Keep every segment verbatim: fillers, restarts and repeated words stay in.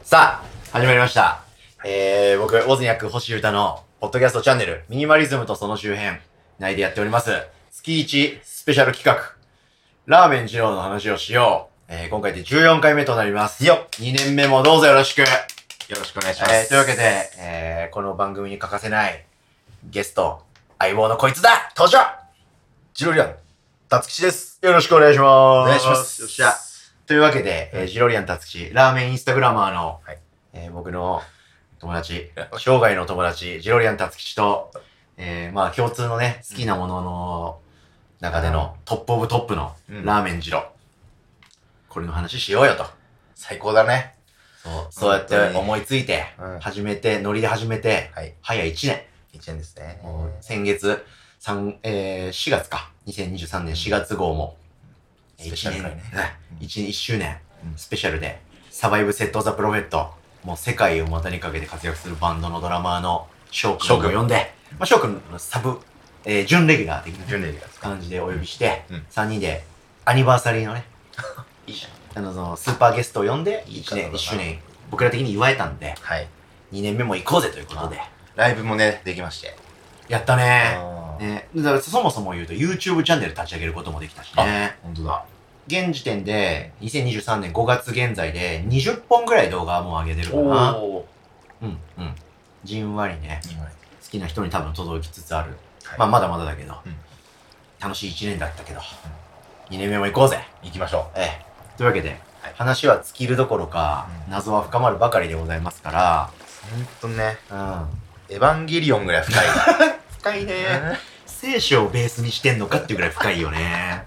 さあ、始まりました。えー、僕、オズニャック星歌の、ポッドキャストチャンネル、ミニマリズムとその周辺、内でやっております。月いちスペシャル企画、ラーメン二郎の話をしよう。えー、今回でじゅうよんかいめとなります。 よにねんめもどうぞよろしく。よろしくお願いします。 えー、というわけで、えー、この番組に欠かせない、ゲスト、相棒のこいつだ登場ジロリアン、たつきちです。 よろしくお願いします。お願いします。 よっしゃ。というわけで、えー、ジロリアンたつきち、ラーメンインスタグラマーの、 はい、 えー、僕の友達、生涯の友達、ジロリアンたつきちと、えー、まあ共通のね、好きなものの中でのトップオブトップのラーメン二郎。うん、これの話しようよと。 最高だね。 そう、そうやって思いついて、始めて、ノリで始めて、はい、早いちねん。 いちねんですね。 もう先月、三、えー、しがつか。にせんにじゅうさんねんしがつ号も、 スペシャル回ね。 いち、いっしゅうねん、スペシャルで、サバイブセットザプロフェット、もう世界を股にかけて活躍するバンドのドラマーの翔くんを呼んで、まあ翔くんのサブ、えー、準レギュラー的な準レギュラー感じでお呼びして、うん、さんにんでアニバーサリーのね、あの、そのスーパーゲストを呼んで、いちねん、いっしゅうねん、僕ら的に祝えたんで、はい、にねんめも行こうぜということで。 ライブもね、できまして。 やったねー。ね。だからそもそも言うと YouTube チャンネル立ち上げることもできたしね。 ほんとだ。 現時点で、にせんにじゅうさんねんごがつ現在でにじゅっぽんぐらい動画はもう上げてるかな。おうん、うん。じんわりね。じんわり。好きな人に多分届きつつある。はい、まあまだまだだけど。うん、楽しいいちねんだったけど。にねんめも行こうぜ。 行きましょう。 ええ。というわけで、はい、話は尽きるどころか、うん、謎は深まるばかりでございますから。 ほんとね。うん。エヴァンゲリオンぐらい深い。 深いね。聖書をベースにしてんのかっていうぐらい深いよね。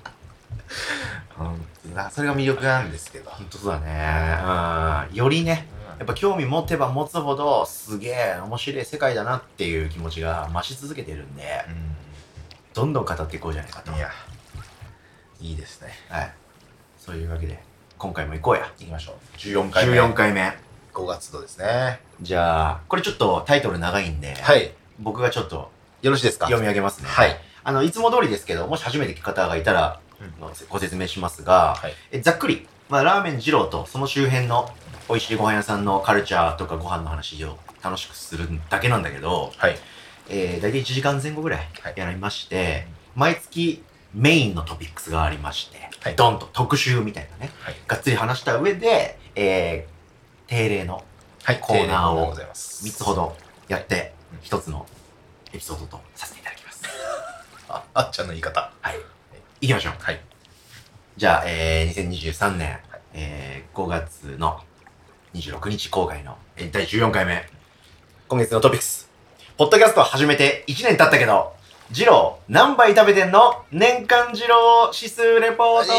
それが魅力なんですけど。 ほんとそうだね。うん。よりね、やっぱ興味持てば持つほど、すげえ面白い世界だなっていう気持ちが増し続けてるんで、うん、どんどん語っていこうじゃないかと。 いや、いいですね。 はい。そういうわけで、今回も行こうや。 行きましょう。じゅうよんかいめ。 じゅうよんかいめ。 ごがつ度ですね。 じゃあ、これちょっとタイトル長いんで、はい。僕がちょっと、 よろしいですか？ 読み上げますね。 はい。 あの、いつも通りですけど、もし初めて聞く方がいたら、うん、ご説明しますが、はい、えざっくり、まあ、ラーメン二郎とその周辺の美味しいご飯屋さんのカルチャーとかご飯の話を楽しくするだけなんだけど、はい、えー、だいたいいちじかんぜん後ぐらいやりまして、はい、毎月メインのトピックスがありまして、はい、ドンと特集みたいなね、はい、がっつり話した上で、えー、定例のコーナーをみっつほどやって、ひとつのエピソードとさせていただきます。 あ、あっちゃんの言い方。 はい。行きましょう。はい。じゃあ、えー、にせんにじゅうさんねん、はい、えー、ごがつのにじゅうろくにち公開の、えー、だいじゅうよんかいめ。今月のトピックス。ポッドキャスト始めていちねん経ったけど、二郎何杯食べてんの？年間二郎指数レポート。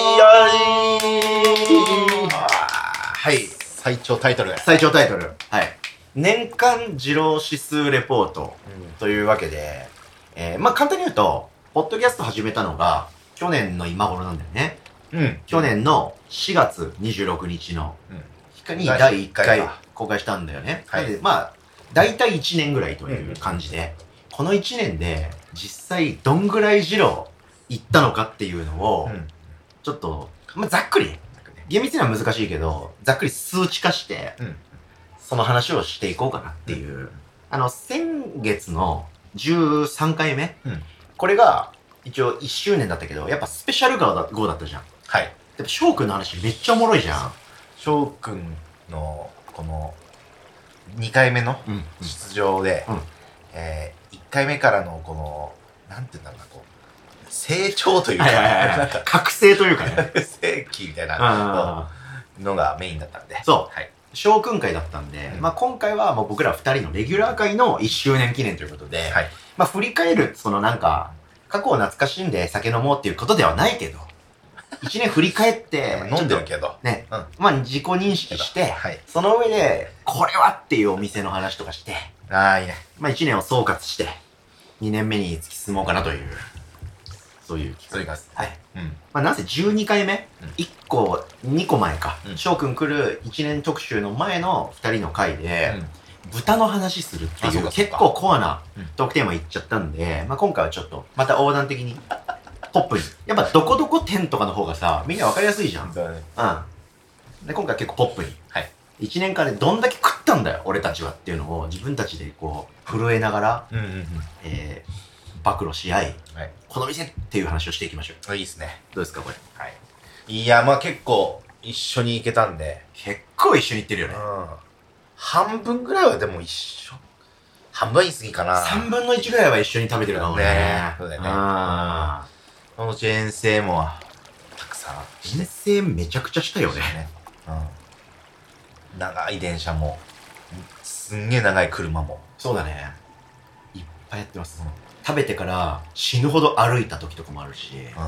はい。最長タイトル。 最長タイトル。はい。年間二郎指数レポート。うん、というわけで、えー、まあ、簡単に言うと、ポッドキャスト始めたのが、去年の今頃なんだよね。うん。去年のしがつにじゅうろくにちの日にだいいっかい公開したんだよね。はい。で、まあ、だいたいいちねんぐらいという感じで、うん、このいちねんで実際どんぐらい二郎行ったのかっていうのを、うん、ちょっと、まあ、ざっくり、厳密には難しいけど、ざっくり数値化して、うん、その話をしていこうかなっていう。うん、あの、先月のじゅうさんかいめ、うん、これが、一応いっしゅうねんだったけど、やっぱスペシャル号だ、号だったじゃん。はい。やっぱ翔くんの話めっちゃおもろいじゃん。 翔くんの、この、にかいめの出場で、うんうん、えー、いっかいめからのこの、なんて言うんだろうな、こう、成長というか、なんか覚醒というかね。 正規みたいなのがメインだったんで。 そう。はい。翔くん会だったんで、うん、まあ今回はもう僕らふたりのレギュラー会のいっしゅうねん記念ということで、はい、まあ振り返る、そのなんか、過去を懐かしんで酒飲もうっていうことではないけど、一年振り返って、 飲んでるけど。 ね、うん、まあ自己認識して、はい、その上で、これはっていうお店の話とかして、 ああ、いいね。 まあ一年を総括して、にねんめに突き進もうかなという、そういう企画です。はい。うん。まあなぜじゅうにかいめ、うん、いっこ、にこまえか、翔、うん、くん来るいちねん特集の前のふたりの回で、うん豚の話するっていう結構コアなトークテーマいっちゃったんで、まあ今回はちょっとまた横断的にポップに。やっぱどこどこ店とかの方がさ、みんなわかりやすいじゃん。そうだね。うん。で、今回は結構ポップに。はい。 いちねんかんでどんだけ食ったんだよ、俺たちはっていうのを自分たちでこう、震えながら、 うんうんうん。 えー、暴露し合い、 はい。 この店っていう話をしていきましょう。 あ、いいですね。 どうですか、これ。 はい。いや、まあ結構、一緒に行けたんで。 結構一緒に行ってるよね。 うん。半分ぐらいはでも一緒。半分は言い過ぎかな。 さんぶんのいちぐらいは一緒に食べてるかもね。 ね。そうだよね。 あこの遠征も、たくさん遠征めちゃくちゃしたよね。 うん。長い電車も、すんげえ長い車も。 そうだね。いっぱいやってます。うん、食べてから死ぬほど歩いた時とかもあるし、うん、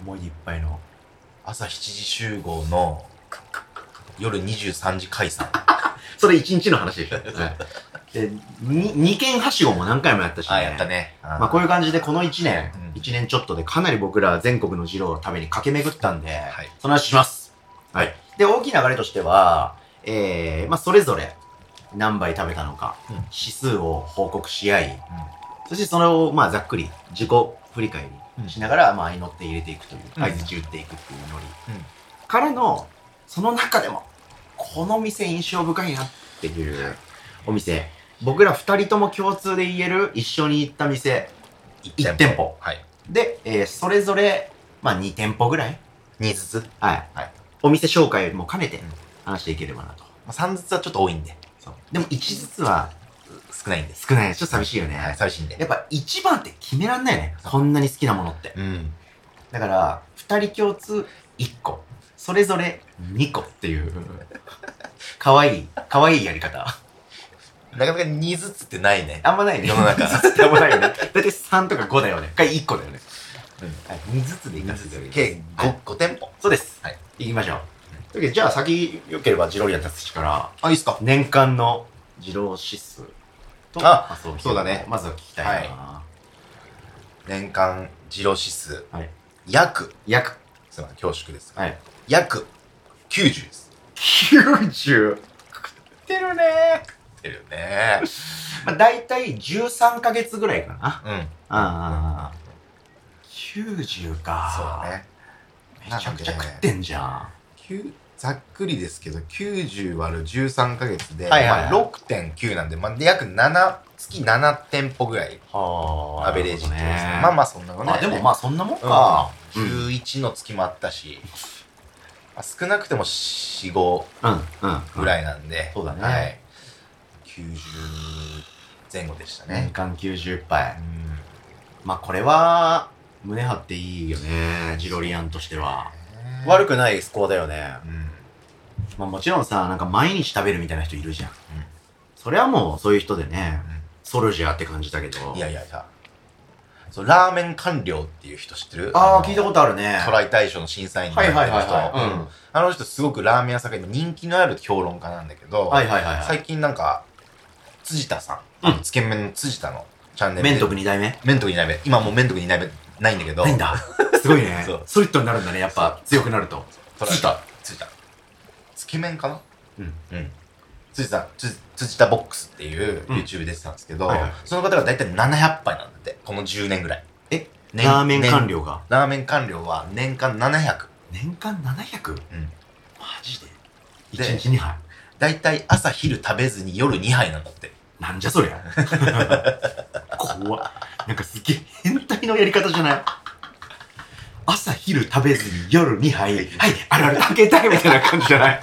思い出いっぱいの。 朝しちじ集合の夜にじゅうさんじ解散。 それいちにちの話でしょ。はい、で、に、に軒はしごも何回もやったしね。 あ、やったね。 あまあこういう感じでこのいちねん、うん、いちねんちょっとでかなり僕ら全国の二郎を食べに駆け巡ったんで、はい、その話します。はい。で、大きい流れとしては、えー、まあそれぞれ何杯食べたのか、うん、指数を報告し合い、うん、そしてそれをまあざっくり自己振り返りしながら、まあ相乗って入れていくという、合図打っていくっていうノリ、うん、からの、その中でも、この店印象深いなっていうお店。僕ら二人とも共通で言える一緒に行った店。いち店舗。はい。で、えー、それぞれ、まあに店舗ぐらい ?に ずつ。はい。はい。お店紹介も兼ねて話していければなと。まあ、さんずつはちょっと多いんで。そう。でもいちずつは少ないんで。少ない。ちょっと寂しいよね。はい、寂しいんで。やっぱ一番って決めらんないね。こんなに好きなものって。うん。だから、二人共通いっこ。それぞれにこっていう、かわいい、かわいいやり方。なかなかにずつってないね。あんまないね。世の中。にずつってあんまないよね。だいたいさんとかごだよね。かいっこだよね。うん。にずつでいかせてる。計 5, 5店舗。そうです。はい。行きましょう。というわけで、じゃあ先、よければジロリアンたちから。あ、いいっすか。年間のジロー指数と、あ、そう、そうだね。まずは聞きたいな。年間ジロー指数。はい。約。約。すみません、恐縮です。はい。約きゅうじゅうです。きゅうじゅう? 食ってるねー。食ってるねー。まあ、だいたいじゅうさんかげつぐらいかな。うん。ああ。きゅうじゅうか。そうね。めちゃくちゃ食ってんじゃん。ざっくりですけど、きゅうじゅう割るじゅうさんかげつで、はいはいはい、まあ ろくてんきゅう なんで、まあ、約なな、月なな店舗ぐらい。はあ。アベレージってですね。まあまあそんなもんね。あ、でもまあそんなもんか。うん、じゅういちの月もあったし、まあ、少なくてもよん、ごぐらいなんで、そうだね。はい。きゅうじゅうぜん後でしたね。年間きゅうじゅう杯。うん、まあこれは、胸張っていいよね、ジロリアンとしては。悪くないスコアだよね。うん。まあもちろんさ、なんか毎日食べるみたいな人いるじゃん。うん。それはもうそういう人でね、うん、ソルジャーって感じだけど。いやいやさ、そう、ラーメン官僚っていう人知ってる？ああ、聞いたことあるね。トライ大賞の審査員になってる人。はいはいはい、はい。うん。あの人すごくラーメン屋さんで人気のある評論家なんだけど、はいはいはい、はい。最近なんか、辻田さん、うん、つけ麺の辻田のチャンネルで。麺徳に代目麺徳に代目。今もう麺徳に代目ないんだけど。ないんだ。すごいね。そう。ソリッドになるんだね、やっぱ。強くなると。辻田。辻田。つけ麺かな？うん。うん。辻田、辻田ボックスっていう YouTube 出てたんですけど、はいはい、その方がだいたいななひゃくぱいなんだって。このじゅうねんぐらい。え？ラーメン官僚が？ラーメン官僚は年間ななひゃく。年間 ななひゃく？ うん。マジで？いちにちにはい。だいたい朝昼食べずに夜にはいなんだって。なんじゃそりゃ。怖っ。なんかすげえ変態のやり方じゃない？朝昼食べずに夜にはい。はい、あれあれ、開けたいみたいな感じじゃない？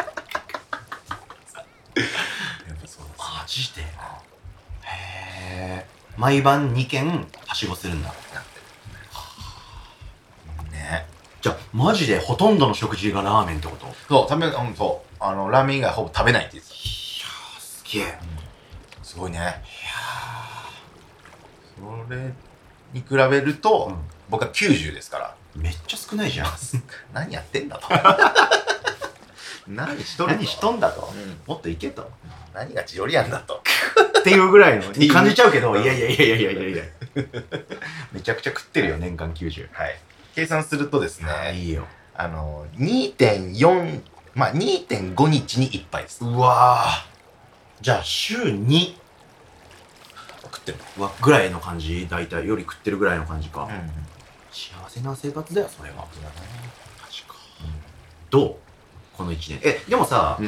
マジで？へー。毎晩に軒はしごするんだ。ね。じゃあ、マジでほとんどの食事がラーメンってこと？そう、食べ、うん、そう。あの、ラーメン以外ほぼ食べないって言ってた。いやー、すげえ。うん、すごいね。いやー。それに比べると、うん、僕はきゅうじゅうですから。めっちゃ少ないじゃん。何やってんだと。何しとる何しとんだと、うん、もっといけと。何がジオリアンだと。っていうぐらいのに感じちゃうけど、いやいやいやいやいやいやいや。めちゃくちゃ食ってるよ、年間きゅうじゅう。はい。計算するとですね。いいよ。あの、にてんよん、まあ にてんご 日にいっぱいです。うわぁ。じゃあ週に食ってるわぐらいの感じ、大体より食ってるぐらいの感じか。うん、幸せな生活だよ、それは。マジか。うん、どうこのいちねん。え、でもさ、うん、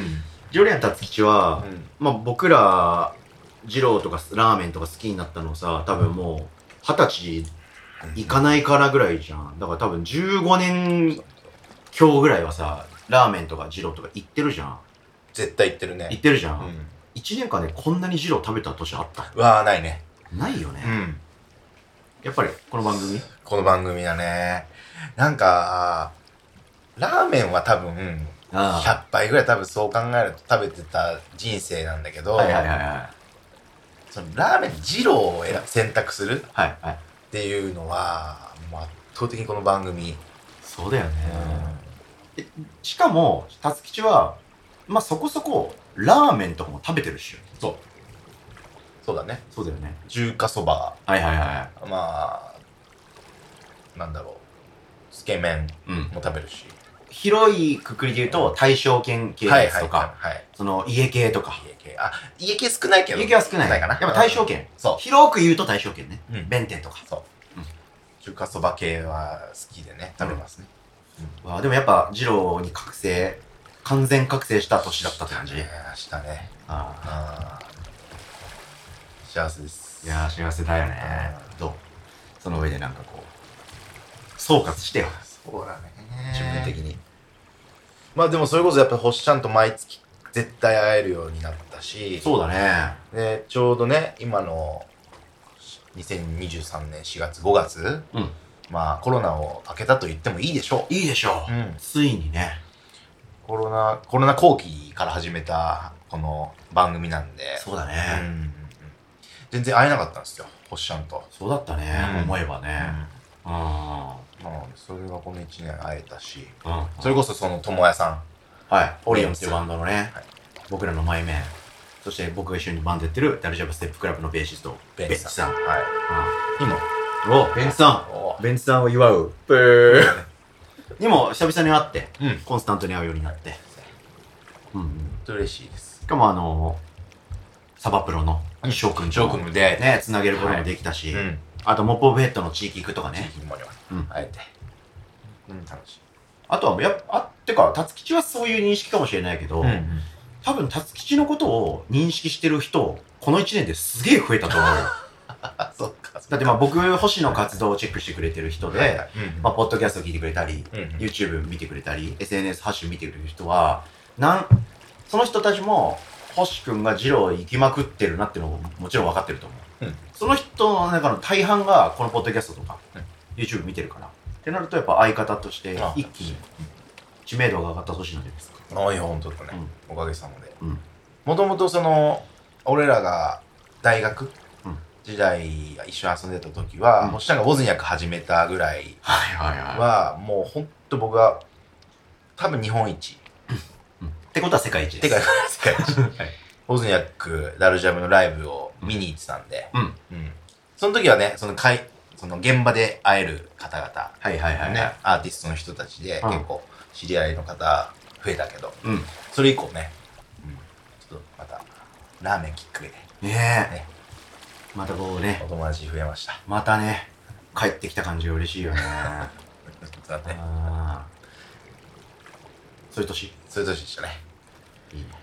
ジョリアン達吉は、 うんまあ僕ら二郎とかラーメンとか好きになったのさ、多分もう二十歳いかないからぐらいじゃん。だから多分じゅうごねん強ぐらいはさ、ラーメンとか二郎とか行ってるじゃん。 絶対言ってるね。 行ってるじゃ。 うんん。 いちねんかんでこんなに二郎食べた年あった？ うわー、ないね。 ないよね。 うん。 やっぱりこの番組この番組だね。なんか、ラーメンは多分、 あひゃっぱいぐらい多分そう考えると食べてた人生なんだけど、 はいはいはいはい。 そのラーメン二郎を選選択するはいはい。 っていうのは、もう圧倒的にこの番組。 そうだよね。 うえしかも、達吉は、まあそこそこ、ラーメンとかも食べてるっしょ。 そう。そうだね。 そうだよね。 中華そば、 はいはいはまあ、なんだろう。つけ麺い。うん。 も食べるし。 広いくくりで言うと、大正圏系のやつとか、 はいはい。 その家系とか。 家系。あ、家系少ないけど。 家系は少ない。 かな。 やっぱ大正圏。 そ広く言うと大正圏ね。 う。うん。 弁天とか。 そう。 うん中華そば系は好きでね、食べますね。 わあでもやっぱ、二郎に覚醒、完全覚醒した年だったって感じ。 いやー、したね。 ああー幸せです。 あ。いやー幸せだよね。どうその上でなんかこう、総括してよ。 そうだね。 自分的に。 まあでもそれこそやっぱ星ちゃんと毎月絶対会えるようになったし、 そうだね。 で、ちょうどね、今のにせんにじゅうさんねんしがつごがつ、 うん。 まあコロナを明けたと言ってもいいでしょう。 いいでしょう。 うんついにね。 コロナ、コロナ後期から始めたこの番組なんで、うそうだね。 ん、全然会えなかったんですよ、星ちゃんと。 そうだったね。 うん思えばね。 うんうん。 なので、それがこのいちねん会えたし、 うん。 それこそその友也さん、 はい。オリオンっていうバンドのね、 はい僕らの前面、そして僕が一緒にバンドやってるダルジャブステップクラブのベーシスト、 ベンチベンチさん。 さん。はい。にも、 おベンチさおんベンチさんを祝う。ブーにも久々に会って、 うん。 コンスタントに会うようになって。うんうん。 本当嬉しいです。 しかもあのサバプロの翔くんと翔くんも出会えて、 ね、つなげることもできたし、 うん。 あとモップオブヘッドの地域行くとか地ね。 域にもにはうん会えて。うん、楽しい。 あとは、やっぱ、あ、てか、辰吉はそういう認識かもしれないけど、 ん。 多分辰吉のことを認識してる人、このいちねんですげえ増えたと思うよ。 あ、そっか。 だってまあ僕、星の活動をチェックしてくれてる人で、 はいはい、うん。 まあ、ポッドキャスト聞いてくれたり、 うんうん YouTube 見てくれたり、エスエヌエス 発信見てくれる人は、なん、その人たちも、星くんが二郎行きまくってるなっていうのももちろん分かってると思う。 うんその人の中の大半が、このポッドキャストとか、 うん YouTube 見てるから。ってなると、やっぱ相方としてあ、 一気に知名度が上がった年なんじゃないですか。 ああ、いや、ほんとだね。おかげさまで。 うん。 もともとその、俺らが大学うん時代一緒に遊んでた時は、 うん星ちゃんがウォズニャック始めたぐらいはいはいはい。 は、もうほんと僕は、多分日本一。 うんってことは世界一です。 てか、世界一。 はい。 ウォズニャック、ダルジャムのライブを見に行ってたんで、 うん。 うん。その時はね、その会、その現場で会える方々、 はいはいはい。 ね、アーティストの人たちで、 うん結構知り合いの方増えたけど、 うん。 それ以降ね、うん、ちょっとまた、ラーメンきっかけで、 ねえ。 ねまたこうねお、友達増えました。 またね、帰ってきた感じが嬉しいよね。 だね、 あーそういう年。 そういう年でしたね。 いいね。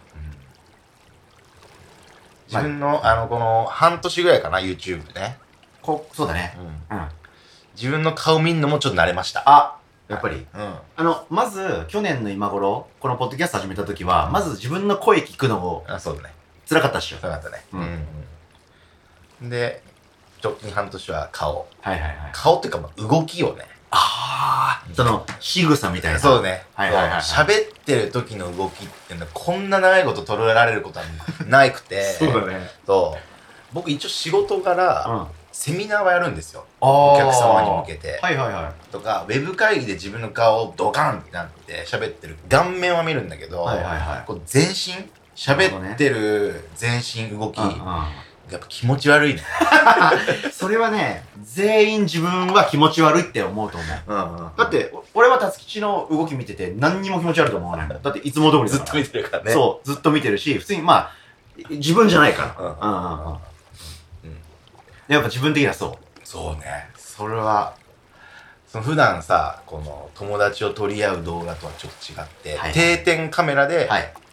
自分の、あの、この、半年ぐらいかな、YouTube ね。 こそうだね。 うん。 うん。 自分の顔見んのもちょっと慣れました。 あ、やっぱり。 うん。 あの、まず、去年の今頃、このポッドキャスト始めた時は、まず自分の声聞くのをあ、そうだね。 辛かったっしょ。 そうだったね。 うんうんうん。で、直近半年は顔。 はいはいはい。 顔っていうか、まあ動きをね。 ああ、その、仕草みたいな。 そうね。 はいはいはいはいそう喋ってる時の動きっていうのは、こんな長いこと捉えられることはなくて。 そうだね。 そう。僕一応仕事柄、 うん。 セミナーはやるんですよ。 おお客様に向けて。 はいはいはい。 とか、ウェブ会議で自分の顔をドカンってなって喋ってる顔面は見るんだけど、 はいはいはい。 こう全身喋ってる全身動き、 うんうんやっぱ気持ち悪いね。 それはね、全員自分は気持ち悪いって思うと思う。 うんうんだって、お俺は辰吉の動き見てて何にも気持ち悪いと思わないもん。だっていつも通りだから。 ずっと見てるからね。 そう、ずっと見てるし、普通にまあ、自分じゃないから。 うんうんうんうん。 うんやっぱ自分的にはそう。 そうね。それは、その普段さ、この友達を撮り合う動画とはちょっと違って、 はい定点カメラではい。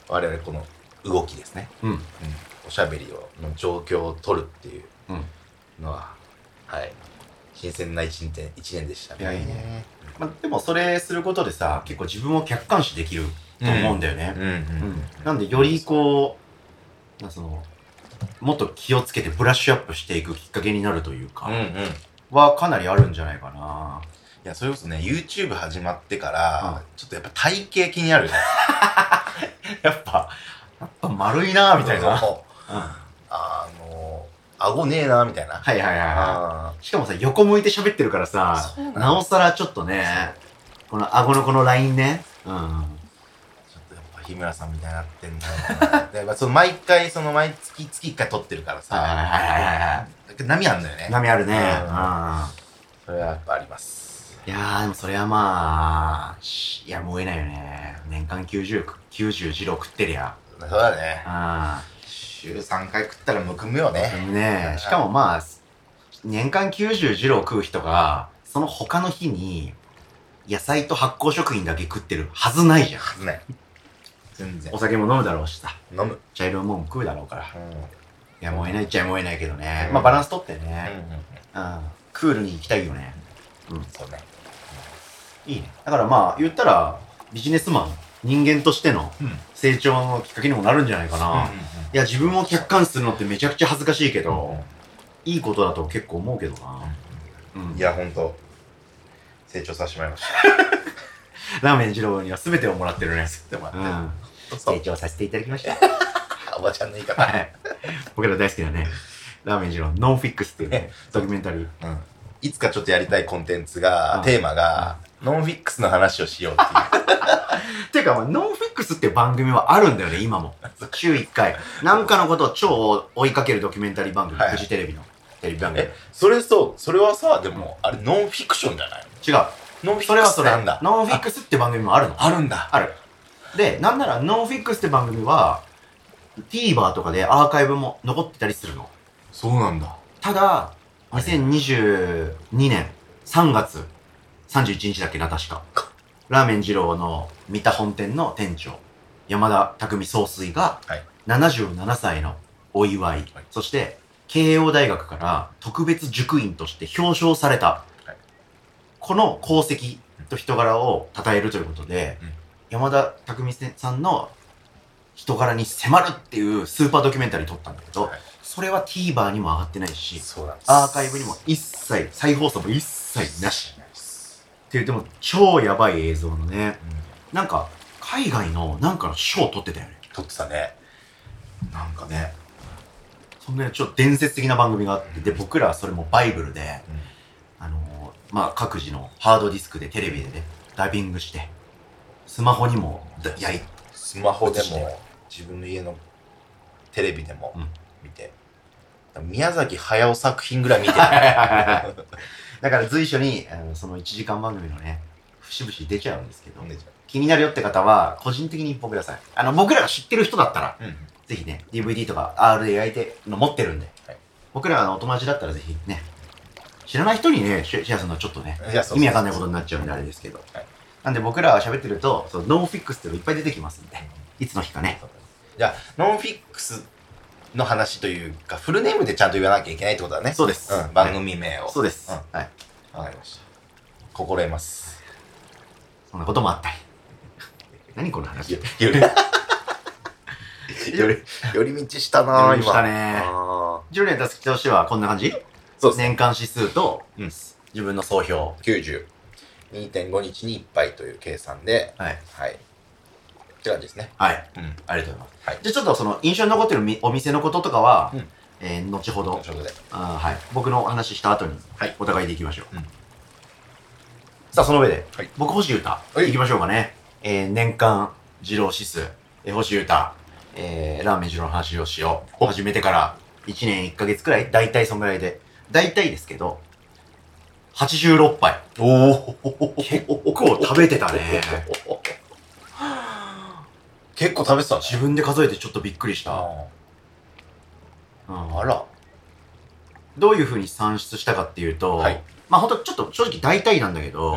我々この動きですね。 うん。 うん。おしゃべりを、の状況を取るっていううん。 のは、はい。新鮮な一年、一年でしたね。 いやいいね。まあ、でもそれすることでさ、結構自分を客観視できると思うんだよね。 うんうんうん。 なんでよりこう、なんかその、もっと気をつけてブラッシュアップしていくきっかけになるというか、 うんうん。いはかなりあるんじゃないかな。 や、それこそね、YouTube 始まってから、 うんちょっとやっぱ体型気になるじゃん。 やっぱ、やっぱ丸いなみたいな。 そううんあの、顎ねえなみたいな。 はいはいはいはあい。しかもさ、横向いて喋ってるからさそうな、のなおさらちょっとね、この顎のこのラインね。うん。 ーちょっとやっぱ日村さんみたいになってんだよな。で、まあ、その毎回、その毎月、月一回撮ってるからさ、 はいはいはいはいはい。 だけど波あんだよね。 波あるね。 ううんん。 それはやっぱあります。 いやー、でもそれはまあ、しいや、もうえないよね。年間きゅうじゅう、きゅうじゅう二郎食ってりゃ。 そうだね。 あ週さんかい食ったらむくむよあ。でね。 もね、しかもまあ、年間きゅうじゅう二郎食う人が、その他の日に、野菜と発酵食品だけ食ってるはずないじゃん。 はずない。全然お。酒も飲むだろうしさ。 飲む。 茶色いもん食うだろうから。いうん。 や、もうえないっちゃもうえないけどね。 うんまあバランスとってうんね。 うんうん。クールに行きたいよね。うん。 そうね。 いいね。だからまあ、言ったら、ビジネスマン、人間としてのうん。 成長のきっかけにもなるんじゃないかな。いや、自分を客観視するのってめちゃくちゃ恥ずかしいけど、いいことだと結構思うけどな。うん。 いや、ほんと、成長させてもらいましラーメン二郎には全てをもらってるね。 た。でもうん。 そう成長させていただきました。 おばちゃんの言い方。 はい。僕ら大好きなね、ラーメン二郎ノンフィックスっていうね、ドキュメンタリー。 うん。いつかちょっとやりたいコンテンツうが、 んテーマが、ノンフィックスの話をしようっていう。 ていうか、まあ、ノンフィックスっていう番組はあるんだよね、今も。週いっかい。なんかのことを超追いかけるドキュメンタリー番組。 はいフジテレビのテレビ番組。 え、それそう、それはさ、でも、あれノンフィクションじゃない違う。 ノンフィそれはそれ。 クスなんだ。 ノンフィックスって番組もあるの。 あるんだ。 ある。で、なんならノンフィックスって番組は、TVer とかでアーカイブも残ってたりするの。 そうなんだ。 ただ、にせんにじゅうにねんさんがつさんじゅういちにちだっけな、確か。ラーメン二郎の三田本店の店長、山田匠総帥が、ななじゅうななさいのお祝い、 はいそして、慶応大学から特別塾員として表彰された、 はいこの功績と人柄を称えるということで、 うん山田匠さんの人柄に迫るっていうスーパードキュメンタリー撮ったんだけど、 はいそれは TVer にも上がってないし、 そうなんです。 アーカイブにも一切、再放送も一切なし。っていう、でも超やばい映像のね、 うん。 なんか、海外のなんかの賞を取ってたよね。 撮ってたね。なんかね。 そんなちょっと伝説的な番組があって、で、僕らはそれもバイブルで、あのー、まあ、各自のハードディスクでテレビでね、ダビングして、スマホにもだやい、 スマホで映しても、自分の家のテレビでもうん見て。宮崎駿作品ぐらい見てる。 だから随所に、あのそのいちじかん番組のね、節々出ちゃうんですけど、 うん気になるよって方は、個人的に僕らさい。あの、僕らが知ってる人だったら、 うん。 ぜひね、ディーブイディー とか アール で焼いての持ってるんで、 はい僕らのお友達だったらぜひね、知らない人にね、シェシェアするのはちょっとね、 いや、そうそうそう意味わかんないことになっちゃうんであれですけど。 はいなんで僕らは喋ってると、そのノンフィックスっていうのいっぱい出てきますんで、いつの日かね。 じゃあ、ノンフィックスの話というか、フルネームでちゃんと言わなきゃいけないってことだね。 そうです。 うん、番組名を。 そうです。 うんはい。 わかりました。心得ます。 そんなこともあったり。何この話より、より、寄り道したなぁ、今。 寄り道したねあじゅうねんたつきとしてはこんな感じーそうですね。 年間指数と、 うん自分の総評。 きゅうじゅう。にてんごにちにいっぱいという計算で、 はい。 はい。って感じですね。 はい。 うん。 ありがとうございます。 はい。 じゃあちょっとその印象に残ってるみお店のこととかは、 うんえー、後ほど、 ということで。 あーはい。僕のお話しした後に、 はいお互いでいきましょう。 うんさあ、その上で、 はい僕、星歌、 はいいきましょうかね。えー、年間二郎指数、えー、星歌、えー、ラーメン二郎の話をしよう。 お始めてからいちねんいっかげつくらい大体そんぐらいで。大体ですけど、はちじゅうろっぱい。 おお結構食べてたね。 結構食べてたね。 自分で数えてちょっとびっくりした。 あうんあら。 どういう風に算出したかっていうと、 はいまあほんとちょっと正直大体なんだけど、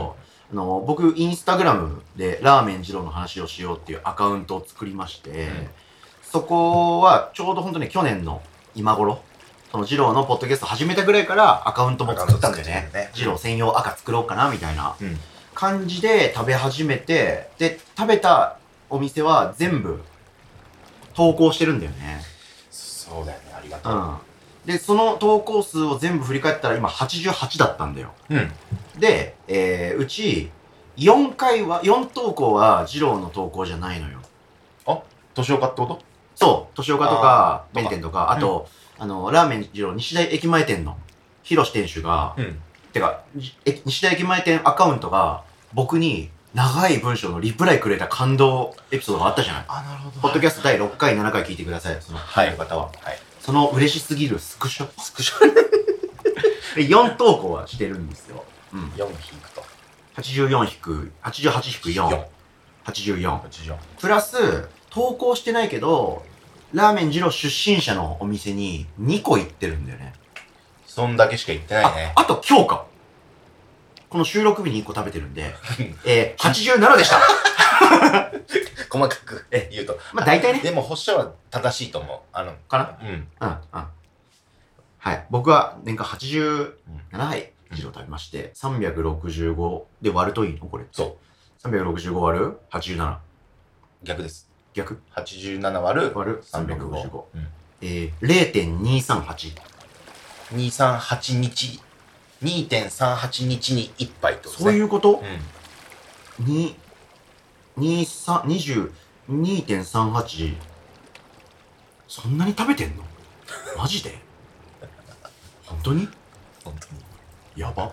あの、僕、インスタグラムでラーメン二郎の話をしようっていうアカウントを作りまして、うん、そこはちょうど本当に去年の今頃、その二郎のポッドキャスト始めたぐらいからアカウントも作ったんだよね。ね二郎専用赤作ろうかなみたいな感じで食べ始めて、で、食べたお店は全部投稿してるんだよね。 そうだよね、ありがとう。うんで、その投稿数を全部振り返ったら今はちじゅうはちだったんだよ。うん。で、えー、うちよんかいは、よん投稿は二郎の投稿じゃないのよ。 あ、年岡ってこと？ そう、年岡とか、弁天とか、あと、うん、あの、ラーメン二郎西大駅前店のヒロシ店主が、うん。てか、西大駅前店アカウントが僕に長い文章のリプライくれた感動エピソードがあったじゃない。 あ、なるほど。 ポッドキャストだいろっかい、ななかい聞いてください。その、 はい、 方は。 はい。 その嬉しすぎるスクショ。スクショよん投稿はしてるんですよ。 うん。よん引くと。 はちじゅうよん引く、はちじゅうはち引くよん。はちじゅうよん。 はちじゅうよん。 プラス、投稿してないけど、ラーメン二郎出身者のお店ににこ行ってるんだよね。 そんだけしか行ってないね。 あ、あと今日か。この収録日にいっこ食べてるんで、えー、はちじゅうななでした。 細かく言うと。 まあ大体ね。 でも、発射は正しいと思う。あの、 かなうん。うん。うん。はい。僕は年間はちじゅうななはい以上食べまして、さんびゃくろくじゅうごで割るといいのこれ。 そう。 さんびゃくろくじゅうご割るはちじゅうなな。 逆です。 逆 ? はちじゅうなな割る割るさんびゃくろくじゅうご。うん、えー、れいてんにさんはち。 にさんはちにち。にてんさんはちにちにいっぱいってことですね。 そういうこと、うん、に、に、さん、にじゅう、にてんさんはち。そんなに食べてんのマジで本当に本当に。 やば。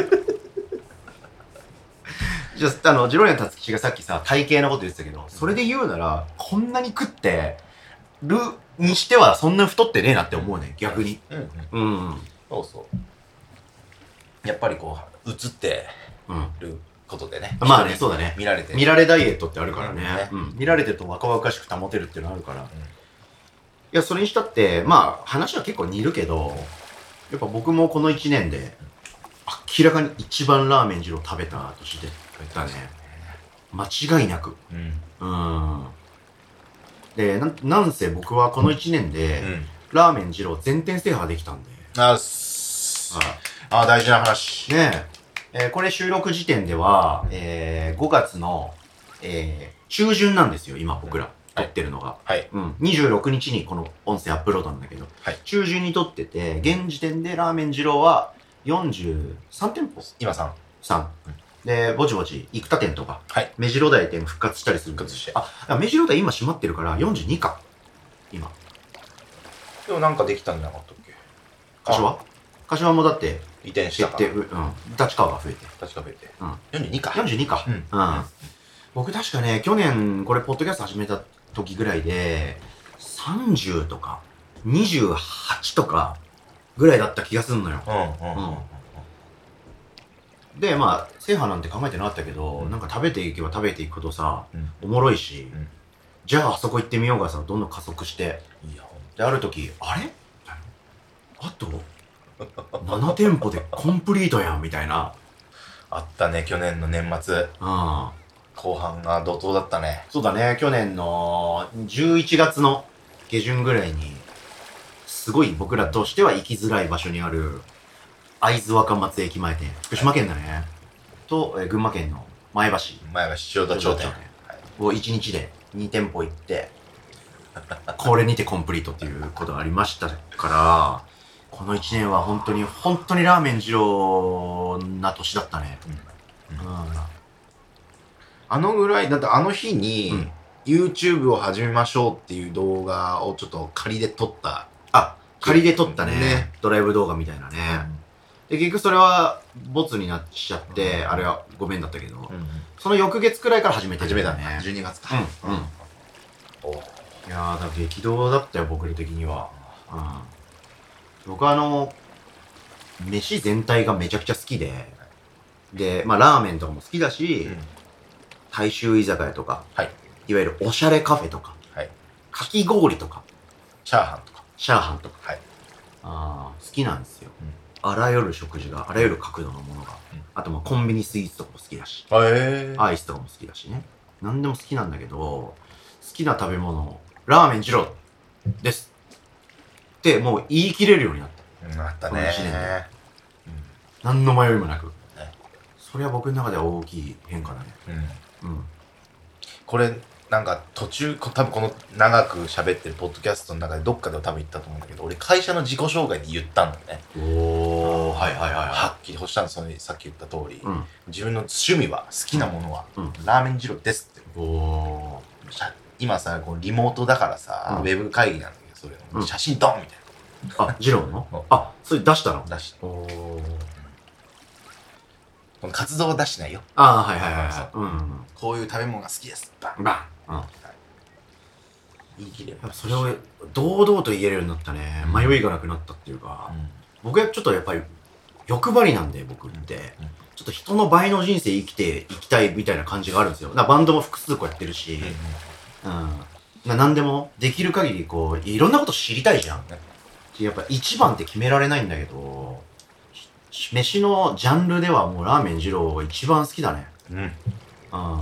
じゃあ、あの、ジロリアンたつきちがさっきさ、体型のこと言ってたけど、それで言うなら、こんなに食ってるにしてはそんな太ってねえなって思うね、逆に。うん、うん。うん。 そうそう。やっぱりこう、映ってることでね。 うん、まあね、そうだね。 見られて。 見られダイエットってあるからね。うん、ねうん。見られてると若々しく保てるっていうのあるから。うん、いや、それにしたって、まあ、話は結構似るけど、やっぱ僕もこのいちねんで、明らかに一番ラーメン二郎食べた年で。だね。間違いなく。うん。うん。で、なん、なんせ僕はこのいちねんで、うん、ラーメン二郎全店制覇できたんで。 あっす。ああ、大事な話。 ねえ。えー、これ収録時点では、えー、ごがつの、えー、中旬なんですよ、今僕ら。撮ってるのが。 はい。 うん。にじゅうろくにちにこの音声アップロードなんだけど、はい。中旬に撮ってて、現時点でラーメン二郎はよんじゅうさんてんぽ今さん。 さん。うん、で、ぼちぼち、生田店とか、 はい。 目白台店復活したりする。復活して。あ、目白台今閉まってるからよんじゅうにか。今。 でもなんかできたんじゃなかったっけ？ 柏？柏もだって、 移転したから。うん。立川が増えて。 立川増えて。 うん。 よんじゅうにか。 よんじゅうにか。うん。うん。僕確かね、去年、これ、ポッドキャスト始めた時ぐらいで、さんじゅうとか、にじゅうはちとか、ぐらいだった気がすんのよ。うんうんうん。で、まあ、制覇なんて考えてなかったけど、うん、なんか食べていけば食べていくほどさ、うん、おもろいし、うん、じゃああそこ行ってみようがさ、どんどん加速して、いやで、ある時、あれあと、ななてんぽでコンプリートやん、みたいな。 あったね、去年の年末。うん。後半が怒涛だったね。 そうだね、去年のじゅういちがつの下旬ぐらいに、すごい僕らとしては行きづらい場所にある、会津若松駅前店、福島県だね。と、えー、群馬県の前橋。 前橋千代田町店。 をいちにちでにてんぽ行って、これにてコンプリートっていうことがありましたから、このいちねんは本当に、本当にラーメン二郎な年だったね。うんうん、 あのぐらい、だってあの日に、うん、YouTube を始めましょうっていう動画をちょっと仮で撮った。 あ、仮で撮ったね。ね、ドライブ動画みたいなね。うんで、結局それは、ボツになっちゃって、うん、あれはごめんだったけど、うん、その翌月くらいから始めてる、ね。始めたね。じゅうにがつか。うん。うん。 おいやー、だから激動だったよ、僕的には。うん。僕はあの、飯全体がめちゃくちゃ好きで、で、まあラーメンとかも好きだし、うん、大衆居酒屋とか、はい、いわゆるおしゃれカフェとか、はい、かき氷とか、 チャーハンとか、 チャーハンとか、はい、あ好きなんですよ。うん、あらゆる食事が、あらゆる角度のものがあとまあコンビニスイーツとかも好きだし、 へー。 アイスとかも好きだしね。何でも好きなんだけど、好きな食べ物、ラーメン二郎ですってもう言い切れるようになった。 うん、あったこの一年でね。 何の迷いもなく。 ねそれは僕の中では大きい変化だね。 うん。 うん。 これ、なんか途中、こ多分この長く喋ってるポッドキャストの中でどっかで多分言ったと思うんだけど、俺会社の自己紹介で言ったんだよね。 おー、はいはいはいははっきり、そしたらそのさっき言った通り、 い。うん。 自分の趣味は、好きなものは、 うんラーメン二郎ですって。 おー。 しゃ今さ、こうリモートだからさ、 うんウェブ会議なんだけど、それの、 うん写真ドンみたいあ、二郎のうんあ、それ出したのな。出して、 おー。 この活動は出してないよ。 あー、はいはいはいそうはい。うん。 こういう食べ物が好きです。バン。 バン。うん。 言い切れる。 やっぱそれを堂々と言えるようになったね。 うん迷いがなくなったっていうか、 うん僕はちょっとやっぱり欲張りなんで僕って、 うんちょっと人の倍の人生生きていきたいみたいな感じがあるんですよ。だからバンドも複数個やってるし、うん。な何でもできる限りこう、いろんなこと知りたいじゃん。 ねやっぱ一番って決められないんだけど、し飯のジャンルではもうラーメン二郎が一番好きだね。 うん。うん。 うん。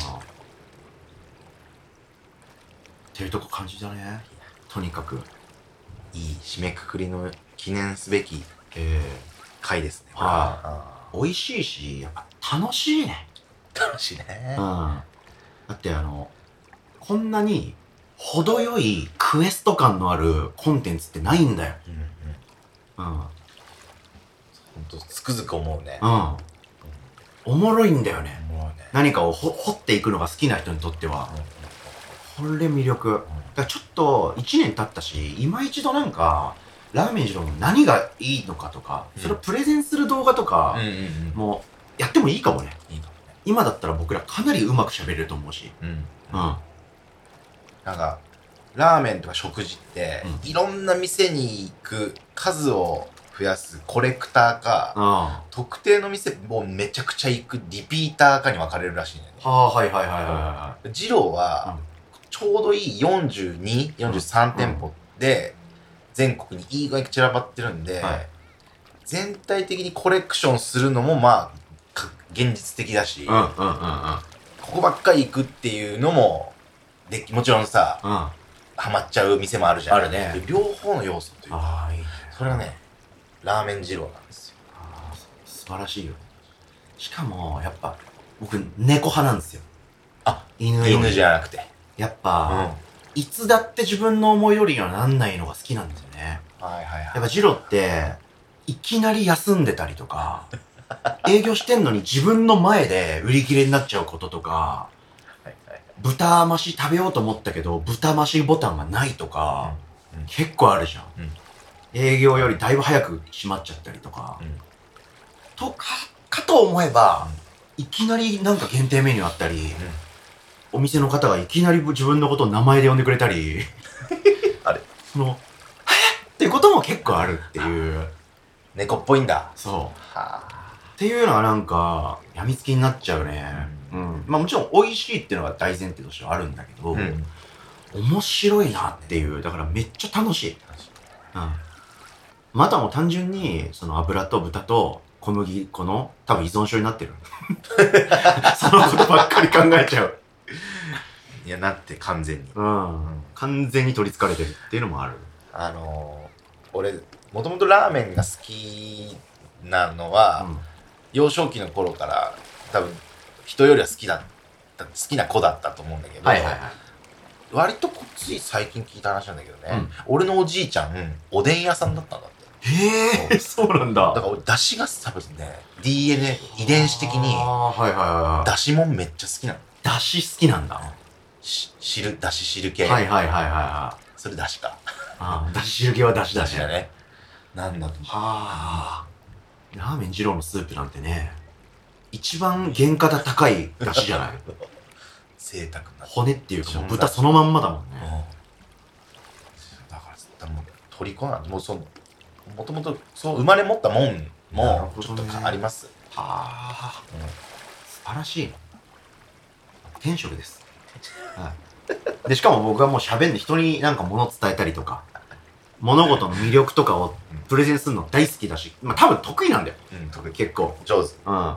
っていうとこ感じだね。とにかく。 いい締めくくりの記念すべきえ回ですね。 はあー、美味しいし、やっぱ楽しいね。 ー楽しいねうん。。だってあの、こんなに程よいクエスト感のあるコンテンツってないんだよ。 うんうん。 うん。 ほんと、つくづく思うね。 うん。おもろいんだよね。 思うね。 何かをほ掘っていくのが好きな人にとっては。これ魅力。だからちょっと一年経ったし、今一度なんか、ラーメン二郎の何がいいのかとか、 うんそれをプレゼンする動画とかうん、うんうん。 もうやってもいいかもね。 いいかもね。 今だったら僕らかなりうまく喋れると思うし。 うん。 うん。 なんか、ラーメンとか食事って、 ういろんな店に行く数を増やすコレクターか、 あ特定の店もめちゃくちゃ行くリピーターかに分かれるらしいんだよねあ。。はあ、はいはいはいはいは二郎は、ちょうどいいよんじゅうに、よんじゅうさん店舗で、全国にいい具合に散らばってるんで、 はい全体的にコレクションするのもまあ、か現実的だし、 い。うんうんうんうん。うん。 ここばっかり行くっていうのも、でもちろんさ、ハマっちゃう店もあるじゃん。 あるねで両方の要素というか、 ああ、いいね。 それがね、ラーメン二郎なんですよ。 ああ、素晴らしいよ。しかも、やっぱ、僕、猫派なんですよ。 あ、 犬より犬じゃなくて。 やっうん。 ぱ、 はいつだって自分の思い通りにはなんないのが好きなんですよね。 はいはい。 やっぱジロって、いきなり休んでたりとか、営業してんのに自分の前で売り切れになっちゃうこととか、 はいはい豚増し食べようと思ったけど、豚増しボタンがないとか、 うんうん結構あるじゃん。 うん営業よりだいぶ早く閉まっちゃったりとか。 うんとか、かと思えば、いきなりなんか限定メニューあったり、お店の方がいきなり自分のことを名前で呼んでくれたり、 あれその、えっっていうことも結構あるっていう。 猫っぽいんだ。 そう。 はっていうのはなんか、やみつきになっちゃうね。 ううん。まあもちろん美味しいっていうのが大前提としてはあるんだけど、 ぁ。うん。 面白いなっていう。だからめっちゃ楽しい。うん。またもう単純に、その油と豚と小麦粉の多分依存症になってる。そのことばっかり考えちゃう。 いや、なって完全に。 うん。完全に取り憑かれてるっていうのもある。 あのー、俺、もともとラーメンが好きなのは、 うん。 幼少期の頃から多分人よりは好きだった好きな子だったと思うんだけど、 はいはいはい。 割とこつい最近聞いた話なんだけどね、 うん俺のおじいちゃんおでん屋さんだったんだってへえ、そうなんだ。 だから俺出汁が多分ね ディーエヌエー 遺伝子的にああ、はいはいはいはい。 出汁もんめっちゃ好きなのだし好きなんだ。はし汁出汁汁系、 いはいはいはいはい。 それ出汁かああ、だし汁系はだしだし。 出汁だねなんだと思うはあ。ラーメン二郎のスープなんてね、一番原価が高いだしじゃない贅沢な骨っていうかもう豚そのまんまだもんうんね。 だからもう虜なんもうそのもともとそう生まれ持ったもんなるもちょっとほどねあります、 はあ。 うん素晴らしい。天職です。はい。で、しかも僕はもう喋んで人になんか物伝えたりとか、物事の魅力とかをプレゼンするの大好きだし、まあ多分得意なんだよ。 うん、得意結構。 上手うん。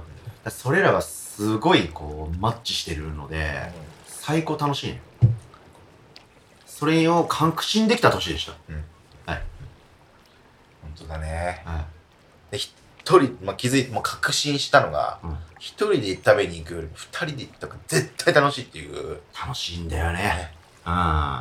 それらがすごいこうマッチしてるので、最高楽しいね。それを確信できた年でした。 うん。 はい。 本当だね。 はい。 で、一人、まあ、気づいて、もう確信したのが、 うん、 一人で食べに行くよりも二人で行った方が絶対楽しいっていう。 楽しいんだよね。ね、うん。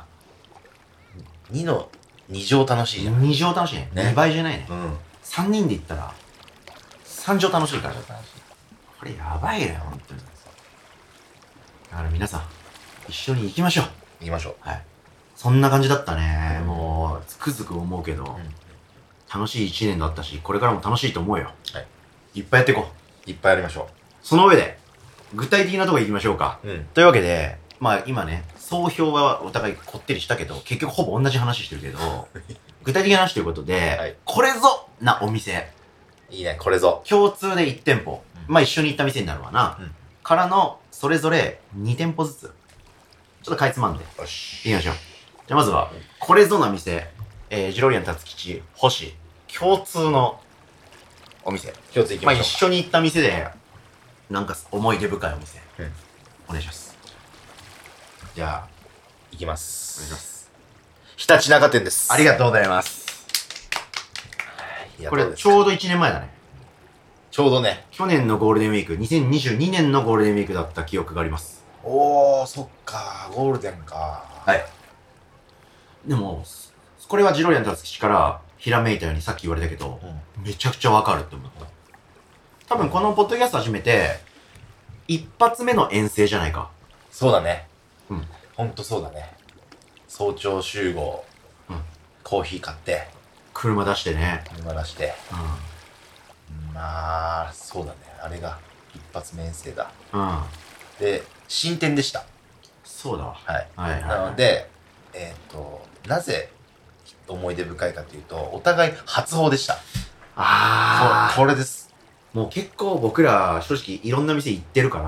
二の二乗楽しいじゃん。 二乗楽しいね。 ね。 二倍じゃないね。 うん。 三人で行ったら、三乗楽しいから。 楽しい。 これやばいね、ほんとに。だから皆さん、一緒に行きましょう。 行きましょう。 はい。そんな感じだったね。うん、もう、つくづく思うけど、うん、楽しい一年だったし、これからも楽しいと思うよ。はい。いっぱいやっていこう。いっぱいやりましょう。 その上で、具体的なところ行きましょうか。うん。というわけで、まあ今ね、総評はお互いこってりしたけど、結局ほぼ同じ話してるけど、具体的な話ということで、はい、これぞなお店。 いいね、これぞ。 共通でいち店舗。うん、まあ一緒に行った店になるわな。うん、からの、それぞれに店舗ずつ。ちょっとかいつまんで。よし。行きましょう。じゃあまずは、これぞな店。えー、ジロリアン辰吉、星。共通のお店。 共通行きましょう。 まあ一緒に行った店で、なんか思い出深いお店。うん。お願いします。 じゃあ、行きます。 お願いします。 ひたちなか店です。 ありがとうございます。これちょうどいちねんまえだね。 ちょうどね。 去年のゴールデンウィーク、にせんにじゅうにねんのゴールデンウィークだった記憶があります。 おー、そっか、ゴールデンか。 はい。でも、これはジロリアン辰吉からひらめいたようにさっき言われたけど、うん、めちゃくちゃわかるって思った。多分このポッドキャスト始めて、一発目の遠征じゃないか。 そうだね。うん。ほんとそうだね。早朝集合。うん。コーヒー買って。 車出してね。 車出して。うん。まあ、そうだね。あれが一発目遠征だ。うん。で、新店でした。 そうだわ。 はい。 はいはい、はい。 なので、えっと、なぜ思い出深いかというと、お互い初訪でした。 ああ。 そう、これです。 もう結構僕ら正直いろんな店行ってるから、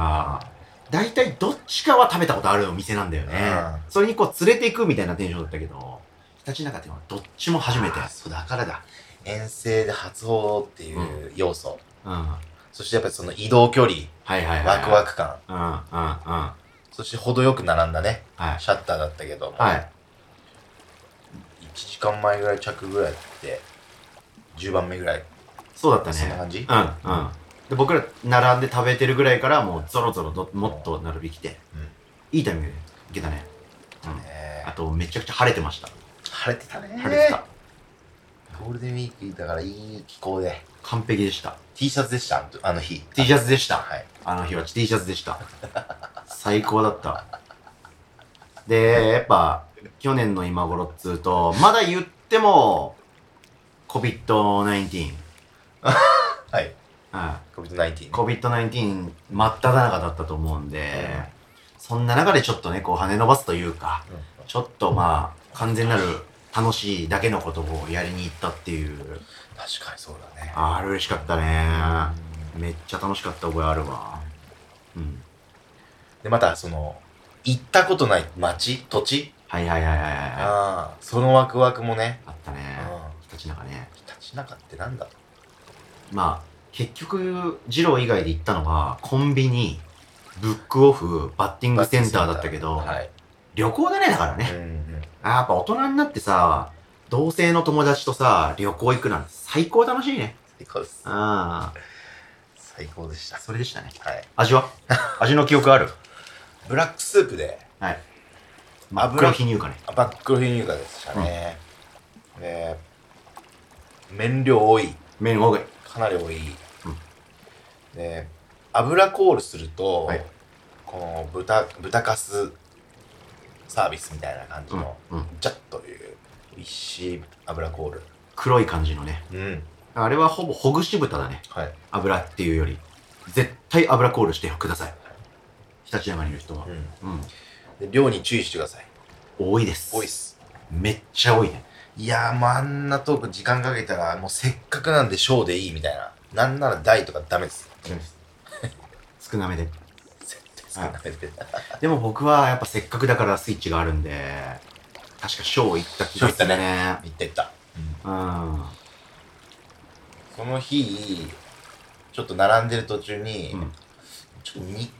大体どっちかは食べたことあるお店なんだよね。うん、それにこう連れて行くみたいなテンションだったけど、ひたちなか店はどっちも初めて。 そうだからだ。遠征で初訪っていう要素。うん。うん、そしてやっぱりその移動距離。 はいはいはい、はい。 ワクワク感。 うんうんうん。 そして程よく並んだね。はい。シャッターだったけども。はい。いちじかんまえぐらい着ぐらいで、じゅうばんめぐらい。 そうだったね。 そんな感じ？ うんうん。で僕ら並んで食べてるぐらいからもうゾロゾロどもっと並びきて、うん、いいタイミングでいけたね。うん。あとめちゃくちゃ晴れてました。 晴れてたね。 晴れてた。 ゴールデンウィークだからいい気候で。 完璧でした。 T シャツでした、あの日。 T シャツでした。はい。あの日は T シャツでした。最高だった。で、やっぱ去年の今頃っつうと、まだ言っても、コビッドナインティーン。 はい。 コビッドナインティーン。 コビッドナインティーン真っ只中だったと思うんで、うん、そんな中でちょっとね、こう跳ね伸ばすというか、うん、ちょっとまあ、完全なる楽しいだけのことをやりに行ったっていう。 確かにそうだね。 ああ、嬉しかったね。めっちゃ楽しかった覚えあるわ。 うん。で、またその、行ったことない街、土地。 はいはいはいはいはい。ああ、そのワクワクもね。 あったね。ひたちなかね。 ひたちなかってなんだと。 まあ、結局、二郎以外で行ったのは、コンビニ、ブックオフ、バッティングセンターだったけど、はい、旅行だね、だからね。うんうん、あやっぱ大人になってさ、同性の友達とさ、旅行行くなんて最高楽しいね。 最高です。 ああ。 最高でした。 それでしたね。 はい。 味は味の記憶ある？ ブラックスープで、 はい。真っ黒非乳化ね。 真っ黒非乳化でしたね。うん、で、麺量多い。 麺多い。 かなり多い。うん、で、油コールすると、はい、この豚、豚かすサービスみたいな感じの、うんうん、ジャッという美味しい油コール。 黒い感じのね。うん。あれはほぼほぐし豚だね。はい。油っていうより。絶対油コールしてください。ひたちなかにいる人は。うん。うん。 で、量に注意してください。 多いです。 多いです。 めっちゃ多いね。 いやー、もうあんなトーク時間かけたら、もうせっかくなんで小でいいみたいな。なんなら大とかダメです。 ダメです。少なめで。 絶対少なめで。 でも僕はやっぱせっかくだからスイッチがあるんで、確か小行った気がするね。 行った行った。 うん。うん。 その日、ちょっと並んでる途中に、うん、 ちょっと 2,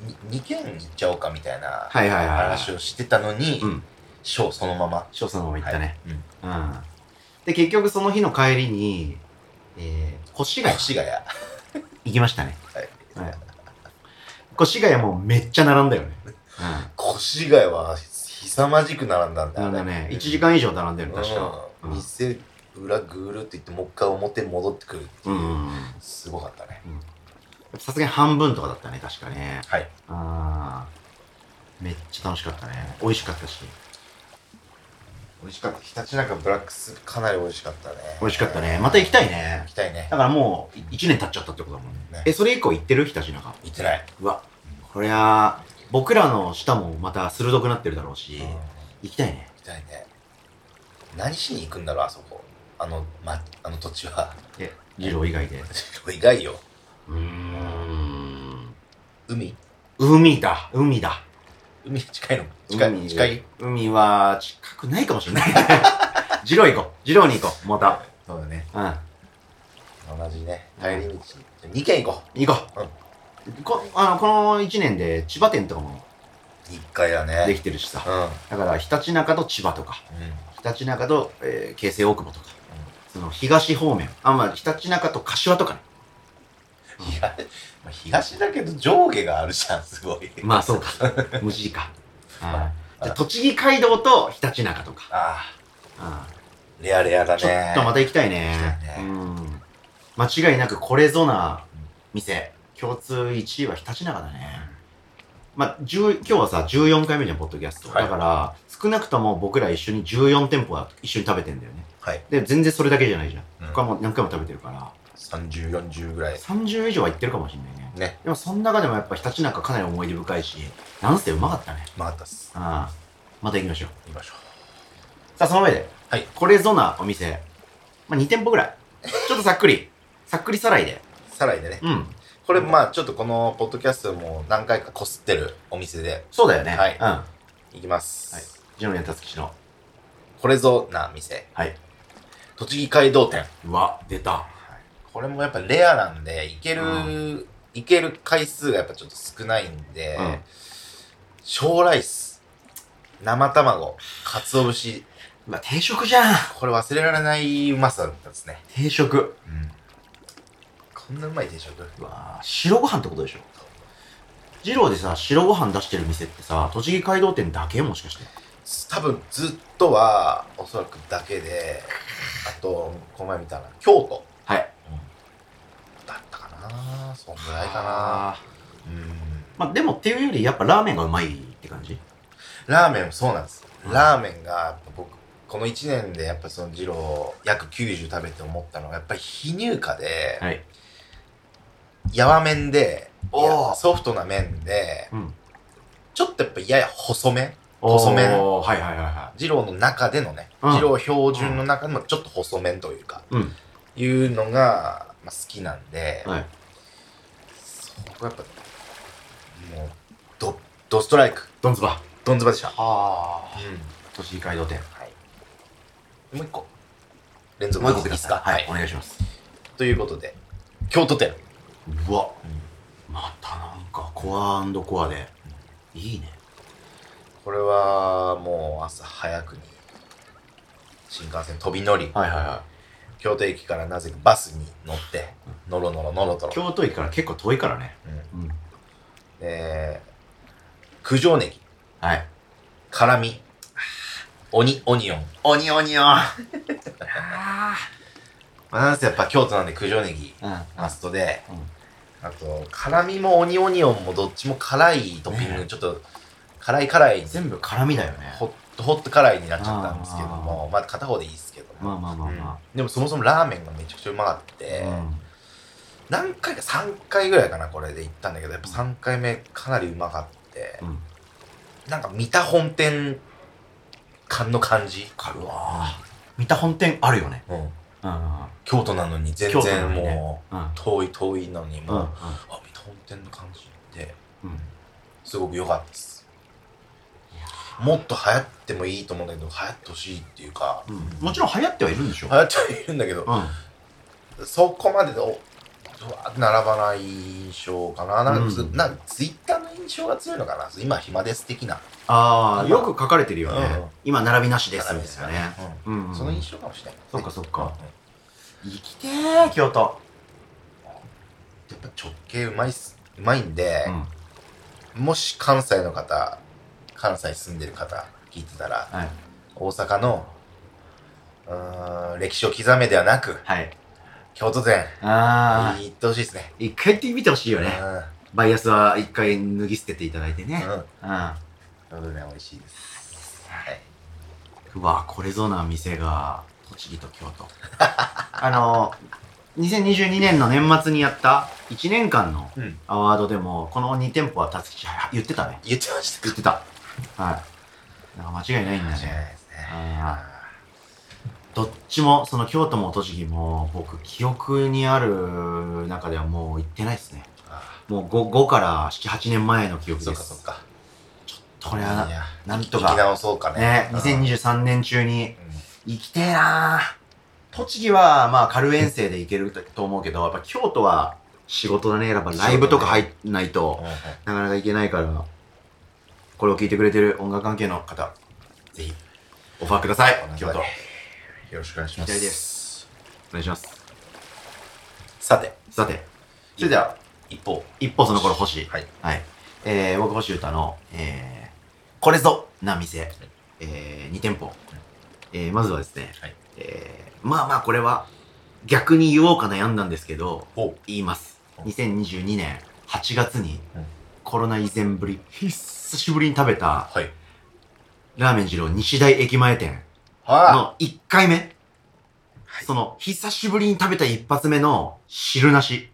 2軒行っちゃおうかみたいなはいはいはいはい。 話をしてたのに、 うん。 ショーそのまま。 ショーそのまま行ったね。 うん。 うん。で、結局その日の帰りに、えー、越谷越谷。 行きましたね。 はい。 はい。越谷もうめっちゃ並んだよね。うん。 越谷は凄まじく並んだんだよ並んだね。いちじかん以上並んでる、確か。 うん。店裏ぐるって言って、もう一回表に戻ってくるっていう。 うん。 すごかったね。 さすがに半分とかだったね、確かね。 はい。 あー。めっちゃ楽しかったね。美味しかったし。 美味しかった。ひたちなかブラックスかなり美味しかったね。 美味しかったね。また行きたいね。 行きたいね。 だからもういちねん経っちゃったってことだもんね。 ねえ、それ以降行ってるひたちなか。 行ってない。 うわ、こりゃ、僕らの舌もまた鋭くなってるだろうし、行きたいね。 行きたいね。何しに行くんだろう、あそこ。あの、ま、あの土地は。 え、二郎以外で。 意外よ。 うーん。 海海だ、海だ。 海近いの近い近い海は近くないかもしれない。二郎行こう。二郎に行こう。また。 そうだね。 うん。 同じね。帰り道。に軒行こう。行こう。うん。こ、あの、この一年で千葉店とかも。 一回だね。 できてるしさ。 うん。 だから、ひたちなかと千葉とか。 うん。 ひたちなかと、えー、京成大久保とか。うん。その、東方面。あ、まあ、ひたちなかと柏とかね。 いや、東だけど上下があるじゃん、すごい。 まあ、そうか。無事か。ああ。 じゃあ、栃木街道とひたちなかとか。 ああ。ああ。 レアレアだね。 ちょっとまた行きたいね。 行きたいね。 うん。間違いなくこれぞな店。共通いちいはひたちなかだね。まあ、今日はさ、じゅうよんかいめじゃん、ポッドキャスト。 はい、 だから、少なくとも僕ら一緒にじゅうよん店舗は一緒に食べてんだよね。 はい。 で、全然それだけじゃないじゃん。 うん、 他も何回も食べてるから。 さんじゅう、よんじゅうぐらい。 さんじゅう以上は行ってるかもしれないね。 ね。 でも、その中でもやっぱひたちなかかなり思い出深いし、なんせうまかったね。 うまかったっす。 ああ。また行きましょう。 行きましょう。さあ、その上で。 はい。 これぞなお店。まあ、に店舗ぐらい。ちょっとさっくり。さっくりさらいで。 さらいでね。 うん。 これ、まあちょっとこのポッドキャストも何回かこすってるお店で。 そうだよね。 はい。 うん。 いきます。 はい。ジノリアンたつきしの。 これぞな店。 はい。 栃木街道店。 うわ、出た。 これもやっぱレアなんで、いける、うん、いける回数がやっぱちょっと少ないんで、うん、小ライス、生卵、鰹節。 うわ、定食じゃん。 これ忘れられないうまさだったですね。 定食。 うん。こんなうまい定食。 うわ、白ご飯ってことでしょ。二郎でさ、白ご飯出してる店ってさ、栃木街道店だけもしかして。 多分ずっとは、おそらくだけで、あと、この前見たら、京都。 はい。 うん、だったかな、そんぐらいかな。 うん。まあ、でもっていうより、やっぱラーメンがうまいって感じ？ ラーメンもそうなんです。ラーメンが、やっぱ僕、このいちねんでやっぱその二郎約きゅうじゅう食べて思ったのが、やっぱり非乳化で、はい、やわ麺で、ソフトな麺で、うん、ちょっとやっぱやや細麺細麺。 はいはいはいはい。 二郎の中でのね、うん、二郎標準の中でもちょっと細麺というか、うん、いうのが、まあ、好きなんで、はい、そこやっぱ、もう、ド、ドストライク。 ドンズバ。 ドンズバでした。 はあ。うん。栃木街道店。はい。 もう一個。連続もう一個いいですか？はい。お願いします。 ということで、京都店。 うわ。うん、またなんか、コア&コアで。うん、いいね。 これは、もう朝早くに、新幹線飛び乗り。 はいはいはい。 京都駅からなぜかバスに乗って、のろのろのろとろ。 京都駅から結構遠いからね。 うん。うん、で、九条ネギ。 はい。 辛味。鬼、オニオン。 鬼オニオン。 まあ、なんせやっぱ京都なんで九条ネギ、マストで、うん、あと、辛味も鬼オニオンもどっちも辛いトッピング、ね、ちょっと、辛い辛い。 全部辛味だよね。 ホット、ホット辛いになっちゃったんですけども、まあ片方でいいですけども。まあまあまあまあ。 うん、でもそもそもラーメンがめちゃくちゃうまかって、うん、何回かさんかいぐらいかな、これで行ったんだけど、やっぱさんかいめかなりうまかって、うん、なんか三田本店感の感じ。 わかるわ。三田本店あるよね。うん。うん、 京都なのに全然もう、遠い遠いのにもう、うんうん、あ、三田本店の感じで、うん、すごく良かったです。もっと流行ってもいいと思うんだけど、流行ってほしいっていうか、 うん、もちろん流行ってはいるんでしょ？ 流行ってはいるんだけど、うん、そこまででうわー並ばない印象かな。なんかつ、 うんなんかツイッターの印象が強いのかな。今暇です的な。 ああ、 今よく書かれてるよね。 うん今、並びなしですみたいなね。 うんうんうんその印象かもしれない。 そっかそっか。 うん生きてー、京都。 やっぱ直径うまいっす。うまいんで、 うん。 もし関西の方、関西住んでる方聞いてたら、 はい。 大阪の、うーん、歴史を刻めではなく、 はい。 京都店、 ああ、 行ってほしいですね。 一回行ってみてほしいよね。 うバイアスは一回脱ぎ捨てていただいてね。 ん。うん。 うん。 京都店美味しいです。はい。 うわ、これぞな店が、栃木と京都。あの、にせんにじゅうにねんの年末にやったいちねんかんのうん。 アワードでも、このに店舗はたつきち言ってたね。 言ってました。 言ってた。はい。なんか間違いないんだ間違いないね。 ですね。 あどっちも、その京都も栃木も、僕、記憶にある中ではもう行ってないですね。 あもう ご, ごからなな、はちねんまえの記憶です。 そっかそっか。 これは、 いやなんと聞きか、 直そうかね。 ね、 うんにせんにじゅうさんねん中にうん行きてえなぁ。栃木は、まあ、軽遠征で行けると思うけど、やっぱ京都は仕事だね。やっぱライブとか入んないと、 うんうんなかなか行けないから、これを聞いてくれてる音楽関係の方、ぜひ、オファーください。京都。 よろしくお願いします。 行きたいで。す。お願いします。 さて、 さて、それでは、 一方。 一歩その頃星。 はい。 はい。えー、僕星歌の、えー、これぞな店、えー、に店舗。えー、まずはですね、 はいえー、まあまあこれは、逆に言おうか悩んだんですけど、 ほう。 言います。 おにせんにじゅうにねんはちがつにうん、 コロナ以前ぶり、久しぶりに食べた、 はい。 ラーメン二郎西大駅前店はのいっかいめ。 はいその、久しぶりに食べた一発目の汁なし。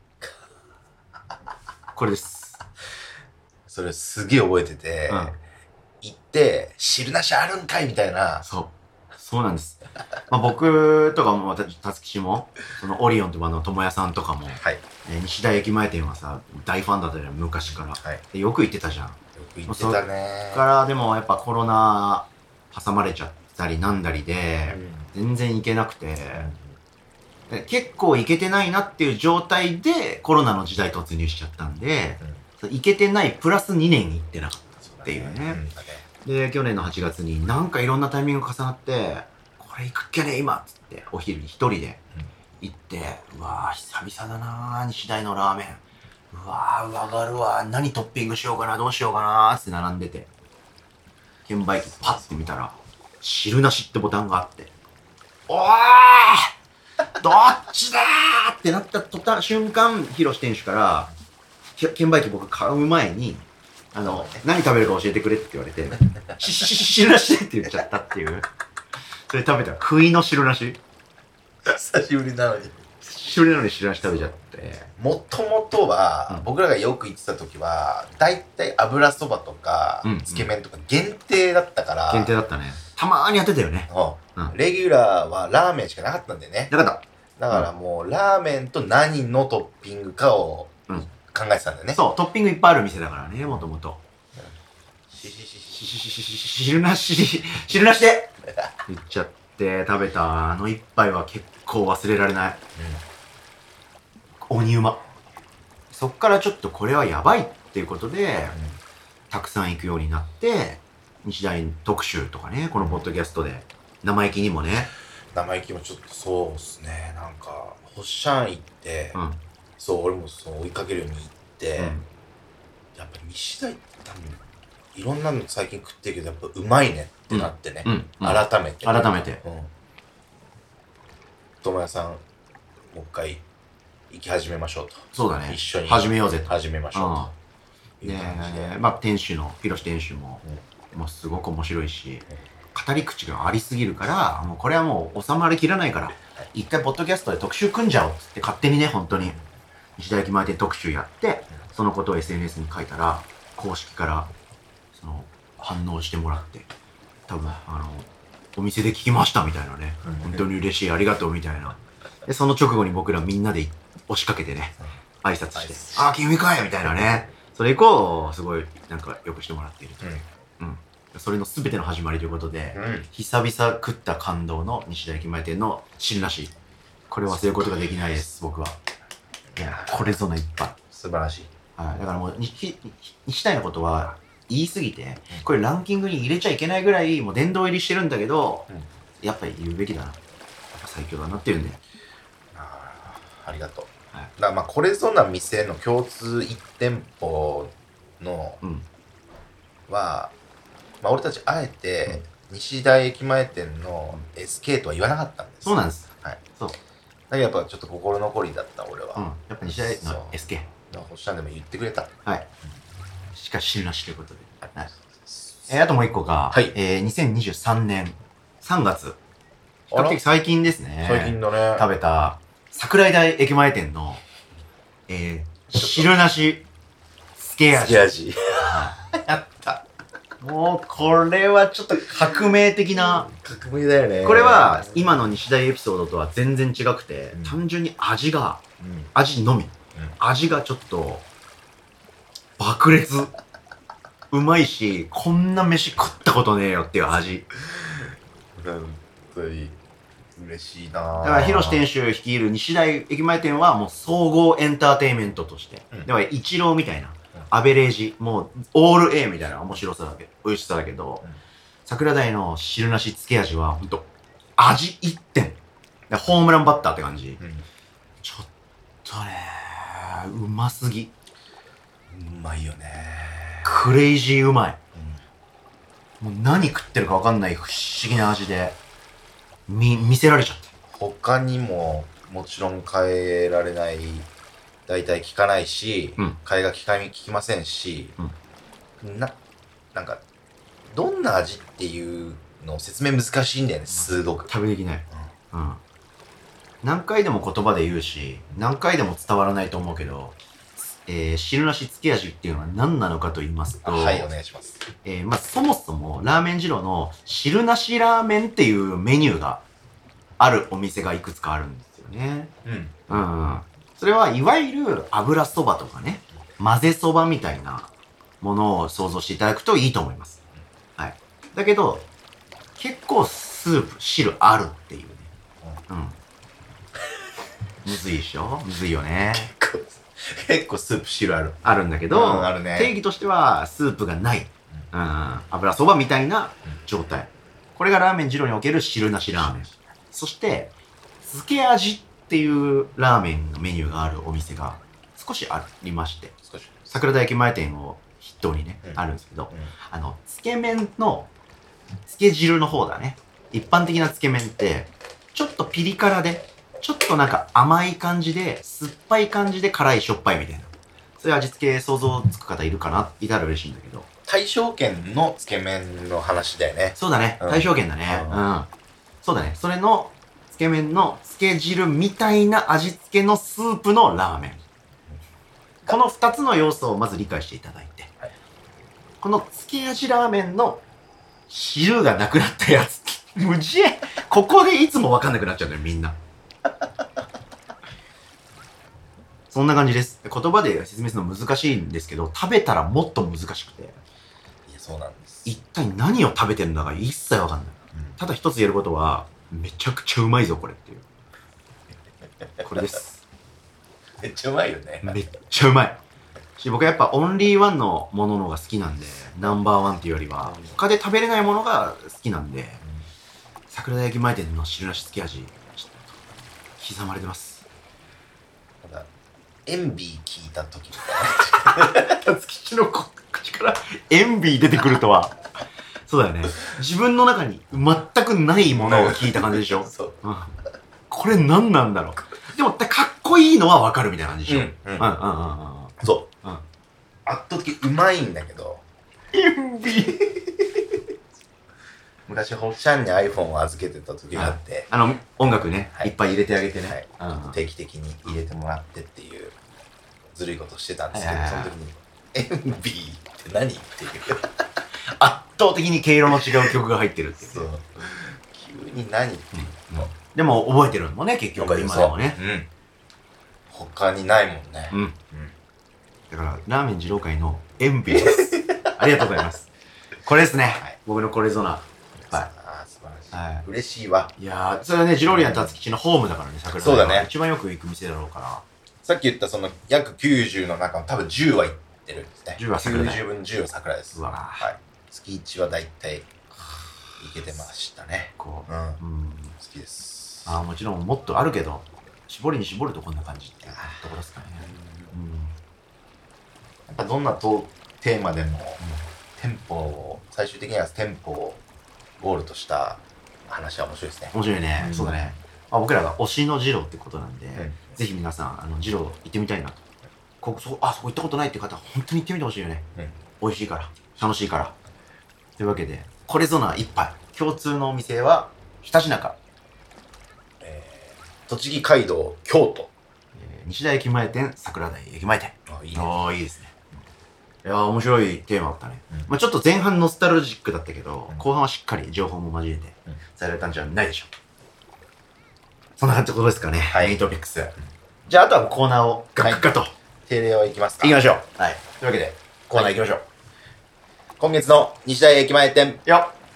これです。 それすげえ覚えてて、 うん行って、汁なしあるんかいみたいな。 そう。そうなんです。まあ僕とかも、私、たつきしも、そのオリオンとかの友也さんとかも、 はい。 えー西大駅前店はさ、大ファンだったじゃん、昔から。 はい。よでよく行ってたじゃん。 く行ってたねそっからでもやっぱコロナ挟まれちゃったりなんだりで、全然行けなくて、で結構行けてないなっていう状態でコロナの時代突入しちゃったんで、そう行けてないプラスにねん行ってなかったっていうね。で、去年のはちがつになんかいろんなタイミングが重なって、これ行くっけね今っつってお昼に一人で行って、うわぁ久々だなぁ西大のラーメン。うわぁ上がるわ何トッピングしようかなどうしようかなーって並んでて、券売機パッて見たら汁なしってボタンがあって、おーどっちだーってなった途端瞬間ヒロシ店主からき券売機僕買う前にあの何食べるか教えてくれって言われてししし汁なしって言っちゃったっていう。それ食べたら食いの汁なし久しぶりなのに。 久しぶりなのに汁なし食べちゃってもともとは、 うん僕らがよく行ってた時は、だいたい油そばとか、 うんつけ麺とか限定だったから、 限定だったね。たまーにやってたよね。 うんうんレギュラーはラーメンしかなかったんだよね。 なかった。 だからもう、ラーメンと何のトッピングかをうん考えてたんだよね。 そう、トッピングいっぱいある店だからね、もともと。 しししししししししし汁なし、汁なしで言っちゃって食べたあの一杯は結構忘れられない。鬼うま。そっからちょっとこれはやばいっていうことで、たくさん行くようになって、日大特集とかね、このポッドキャストで、生意気にもね、 生意気もちょっとそうっすね。なんか、ホッシャン行って、 うん。 そう、俺もそう追いかけるように行って、 うんやっぱ西大って多分、いろんなの最近食ってるけど、やっぱうまいねってなってね。 うん。うん改めて。 改めて。 うん。友也さん、もう一回行き始めましょうと。 そうだね。 一緒に始めようぜと。 始めましょうと。 でいう感じで。、 まあ店主の、ヒロシ店主も、もうすごく面白いし、語り口がありすぎるから、もうこれはもう収まりきらないから、一回ポッドキャストで特集組んじゃおうっつって勝手にね、本当に、西大駅前で特集やって、そのことを エスエヌエス に書いたら、公式から、その、反応してもらって、多分、あの、お店で聞きましたみたいなね、本当に嬉しい、ありがとうみたいな。で、その直後に僕らみんなで押しかけてね、挨拶して、あー、君かいみたいなね。それ以降、すごい、なんか、よくしてもらっていると。うん。それの全ての始まりということで、 うん。うん。 久々食った感動の西大駅前店の汁なし。これを忘れることができないです、僕は。 いや、これぞの一杯。 素晴らしい。 はい。だからもう、にひ西谷のことは言い過ぎて、これランキングに入れちゃいけないぐらい、もう殿堂入りしてるんだけど、 うんやっぱり言うべきだな。やっぱ最強だなっていうんで。 あーありがとう。 はいだからまあこれぞな店の共通いち店舗のうん。 は、まあ、俺たちあえて西大駅前店の エスケー とは言わなかったんです。 そうなんです。 はい。 そう。 だけどやっぱちょっと心残りだった俺は。 うん。やっぱ西大そうの エスケー。 まあ星ちゃんでも言ってくれた。 はい。しかしなしということで。はい。えー、あともう一個が、 はいえー、にせんにじゅうさんねんさんがつ。比あら較的最近ですね。 最近だね。 食べた、桜井大駅前店の、えー、汁なし、つけ味。 つけ味。 やった。もう、これはちょっと革命的な、 革命だよね。 これは今の西大エピソードとは全然違くて、 うん単純に味が、 うん。 味のみ。味がちょっと、爆裂。うまいし、こんな飯食ったことねえよっていう味。 本当に嬉しいなぁ。 だから、広志店主率いる西大駅前店はもう総合エンターテインメントとして、 うんだから一郎みたいな、 うんアベレージ、もうオール A みたいな面白さだけど、美味しさだけど、 うん桜大の汁なしつけ味はほんと味一点。だからホームランバッターって感じ。 うん。 ちょっとね、うますぎ。 うまいよね。 クレイジーうまい。 うん。 もう何食ってるかわかんない不思議な味で、み、見せられちゃった。 他にももちろん変えられない大体聞かないし、 うん替えが聞かみ聞きませんし、ななんかどんな味っていうの説明難しいんだよね、すごく。 食べできない。うん。何回でも言葉で言うし、何回でも伝わらないと思うけど、えー、汁なしつけ味っていうのは何なのかと言いますと、 あはい、お願いします。 えー、まあ、そもそもラーメン二郎の汁なしラーメンっていうメニューがあるお店がいくつかあるんですよね。 うん。 うんうん。それはいわゆる油そばとかね、混ぜそばみたいなものを想像していただくといいと思います。はい。だけど、結構スープ、汁あるっていうね。うん。むずいでしょ？むずいよね。 結構、結構スープ汁ある。 あるんだけど、 うんあるね定義としてはスープがない。うん。油そばみたいな状態。これがラーメン二郎における汁なしラーメン。そして、漬け味っていうラーメンのメニューがあるお店が少しありまして、 少し。 桜田駅前店を筆頭にね、 うんあるんですけど、 うんあの、つけ麺の、つけ汁の方だね。一般的なつけ麺って、ちょっとピリ辛で、ちょっとなんか甘い感じで、酸っぱい感じで辛いしょっぱいみたいな。そういう味付け想像つく方いるかな？いたら嬉しいんだけど。 大正圏のつけ麺の話だよね。 そうだね。 うん大正圏だね。 ううんん。そうだね。それの、つけ麺のつけ汁みたいな味付けのスープのラーメン。この二つの要素をまず理解していただいて。 はいこのつけ味ラーメンの汁がなくなったやつ。むじえここでいつもわかんなくなっちゃうんだよ、みんな。そんな感じです。言葉で説明するの難しいんですけど、食べたらもっと難しくて、 いや、そうなんです。 一体何を食べてるんだか一切わかんない。 うんただ一つ言えることは、めちゃくちゃうまいぞ、これっていう。これです。 めっちゃうまいよね。 めっちゃうまい。し僕はやっぱオンリーワンのもののが好きなんで、ナンバーワンっていうよりは、他で食べれないものが好きなんで、桜田駅前店の汁なしつけ味、ちょっと刻まれてます。 ただ、エンビー聞いた時みたつきちの口からエンビー出てくるとは。そうだよね。自分の中に全くないものを聞いた感じでしょ。 たいな。そう。 うん、これ何なんだろう。でも、かっこいいのはわかるみたいな感じでしょ。 うんうんうんうんうんうん。 そう。 うん圧倒的うまいんだけど、 エンビー昔、ほっちゃんに iPhone を預けてた時があって、 あの、音楽ね、 はいいっぱい入れてあげてね。うん定期的に入れてもらってっていう、ずるいことしてたんですけど、 はいはいはいその時に、エンビーって何っていう。 圧倒的に毛色の違う曲が入ってるっていう。 そう。急に何っていうの。 でも覚えてるのもね、結局今でもね。 うん。他にないもんね。 うん。だから、ラーメン二郎会のエンビーです。ありがとうございます。これですね。 はい僕のこれぞな。はああ、素晴らしい。 はい嬉しいわ。 い。いやー、それはね、ジロリアン達吉のホームだからね、桜そうだね一番よく行く店だろうから。 さっき言ったその約きゅうじゅうの中の多分じゅうはいってるんですね。 じゅうは桜だきゅうじゅうぶんじゅうは桜です。 うわはい。月いちはだいたいいけてましたね。 こう、 うん。 うん、 好きです。 あもちろんもっとあるけど、絞りに絞るとこんな感じっていうところですかね。うん。 やっぱどんなトテーマでも、テンポを、最終的にはテンポをゴールとした話は面白いですね。 面白いね。 うん、 そうだね。まあ、僕らが推しのジローってことなんで、 うん、 ぜひ皆さん、あの、ジロー行ってみたいなと。ここ、そ、あ、そこ行ったことないっていう方、本当に行ってみてほしいよね。うん。美味しいから。楽しいから。というわけで、これぞな一杯。共通のお店は、ひたちなか。 えー、栃木街道、京都。 えー、西田駅前店、桜台駅前店。 あ、いいね。 ああ、いいですね。いやー、面白いテーマだったね。 うん、 まあちょっと前半ノスタルジックだったけど、 うん、 後半はしっかり情報も交えて、伝えられたんじゃないでしょうか。そんな感じってことですかね。はい。メイントピックス。うん、じゃあ、あとはコーナーをガッガッと。はい、 定例はいきますか。 行きましょう。はい。というわけで、コーナー行きましょう。はい、 今月の西大駅前店。 よっ。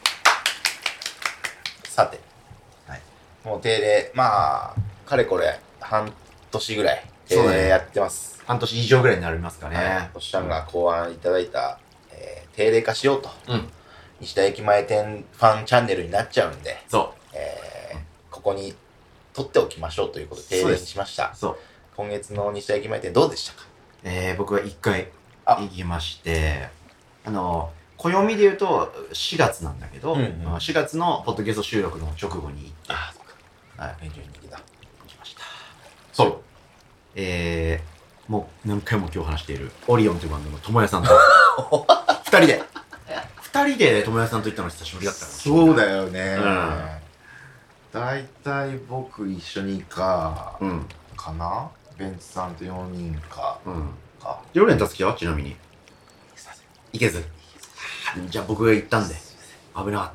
さて。はい。もう定例、まあ、かれこれ、半年ぐらい、定例やってます。 半年以上ぐらいになりますかね。はい。 おっしゃんが考案いただいた、えー、定例化しようと。うん。西田駅前店ファンチャンネルになっちゃうんで。そう。えー、うん、ここに取っておきましょうということで定例にしました。そう。今月の西田駅前店どうでしたか？ えー、僕は一回行きまして、あの、暦で言うとしがつなんだけど、うんうん、しがつのポッドキャスト収録の直後に行って。ああ、そっか。はい。勉強に行きだ。行きました。そう。えー、もう何回も今日話しているオリオンというバンドの友也さんと二人で二人で友也さんと行ったの久しぶりだったから。 そうだよね、うん、だいたい僕一緒にか、うん、かな。ベンツさんとよにんか、うん、かよねん経つきはちなみに行けず。じゃあ僕が行ったんで危なかった。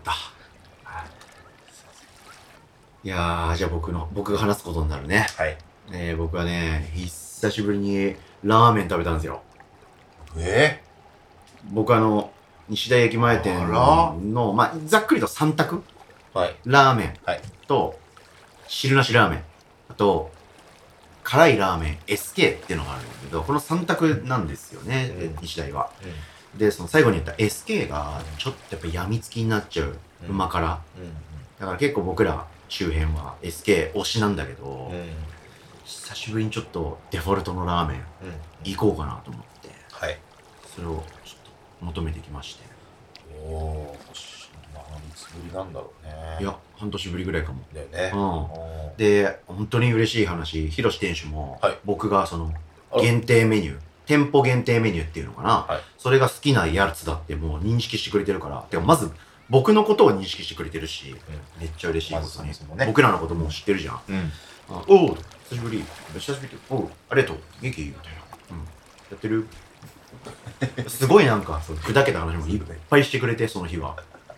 いやー、じゃあ僕の僕が話すことになるね。はい。えー、僕はね、久しぶりにラーメン食べたんですよ。 えー、僕あの西大駅前店の、まあ、ざっくりとさん択、はい、ラーメンと、汁なしラーメン、あと辛いラーメン エスケー っていうのがあるんだけど、このさん択なんですよね、うん、西大は、うん、でその最後に言った エスケー がちょっとやっぱやみつきになっちゃう、うん、うま辛、うん、だから結構僕ら周辺は エスケー 推しなんだけど、うん、久しぶりにちょっとデフォルトのラーメン行こうかなと思って、はい、それをちょっと求めてきまして。 おお、何つぶりなんだろうね。 いや、半年ぶりぐらいかも。 だよね。 うん。で、本当に嬉しい話、ひろし店主も、はい、僕がその限定メニュー、店舗限定メニューっていうのかな、はい、それが好きなやつだってもう認識してくれてるから、てかまず僕のことを認識してくれてるし、うん、めっちゃ嬉しいことに、まね、僕らのことも知ってるじゃん。うん、あおう、久しぶり、久しぶり、おう、ありがとう、元気みたいな。うん、やってるすごいなんか、そう砕けた話もいっぱいしてくれて、その日は。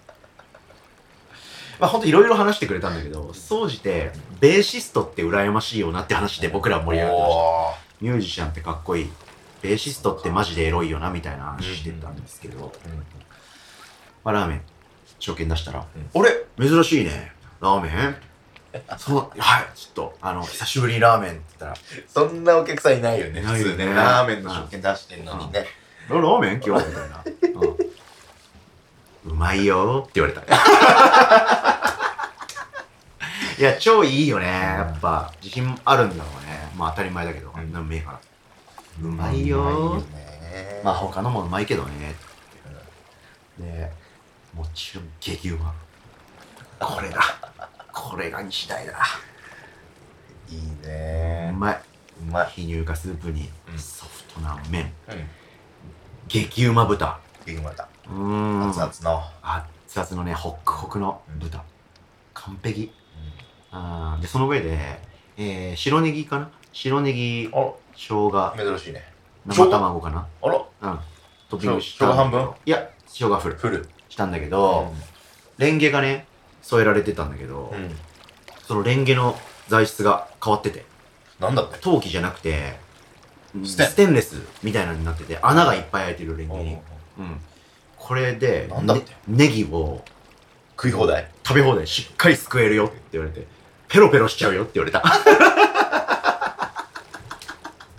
まあほんといろいろ話してくれたんだけど、総じて、ベーシストって羨ましいよなって話で僕ら盛り上がってました。ミュージシャンってかっこいい。ベーシストってマジでエロいよなみたいな話してたんですけど、まあラーメン、証券出したら、あれ珍しいね。ラーメンそう、はい、ちょっと、あの、久しぶりにラーメンって言ったら、 そんなお客さんいないよね。 ないよね。 ラーメンの証券出してんのにね。 ラーメン今日みたいな。うまいよって言われた。いや、超いいよね。やっぱ、自信あるんだろうね。まあ当たり前だけど、あんなうめえから。うまいよー。まあ他のもうまいけどね。で、もちろん激うま。これだ。これが西大だ。 いいねー。うまい。 うまい。 非乳化スープにソフトな麺。うん、激うま豚。 激うま豚。 うーん。 熱々の。 熱々のね、ホックホクの豚。うん、完璧。うん、あで、その上で、えー、白ネギかな白ネギ、生姜。 珍しいね。 生卵かなあらうん。トッピングした。 生姜半分いや、生姜フル。 フル。 したんだけど、うん、レンゲがね、添えられてたんだけど、うん、そのレンゲの材質が変わってて。 なんだって陶器じゃなくて、ステン、ステンレスみたいなのになってて、穴がいっぱい開いてるレンゲに。うん。これで、 なんだって、ね、 ネギを食い放題食べ放題しっかりすくえるよって言われて、ペロペロしちゃうよって言われた。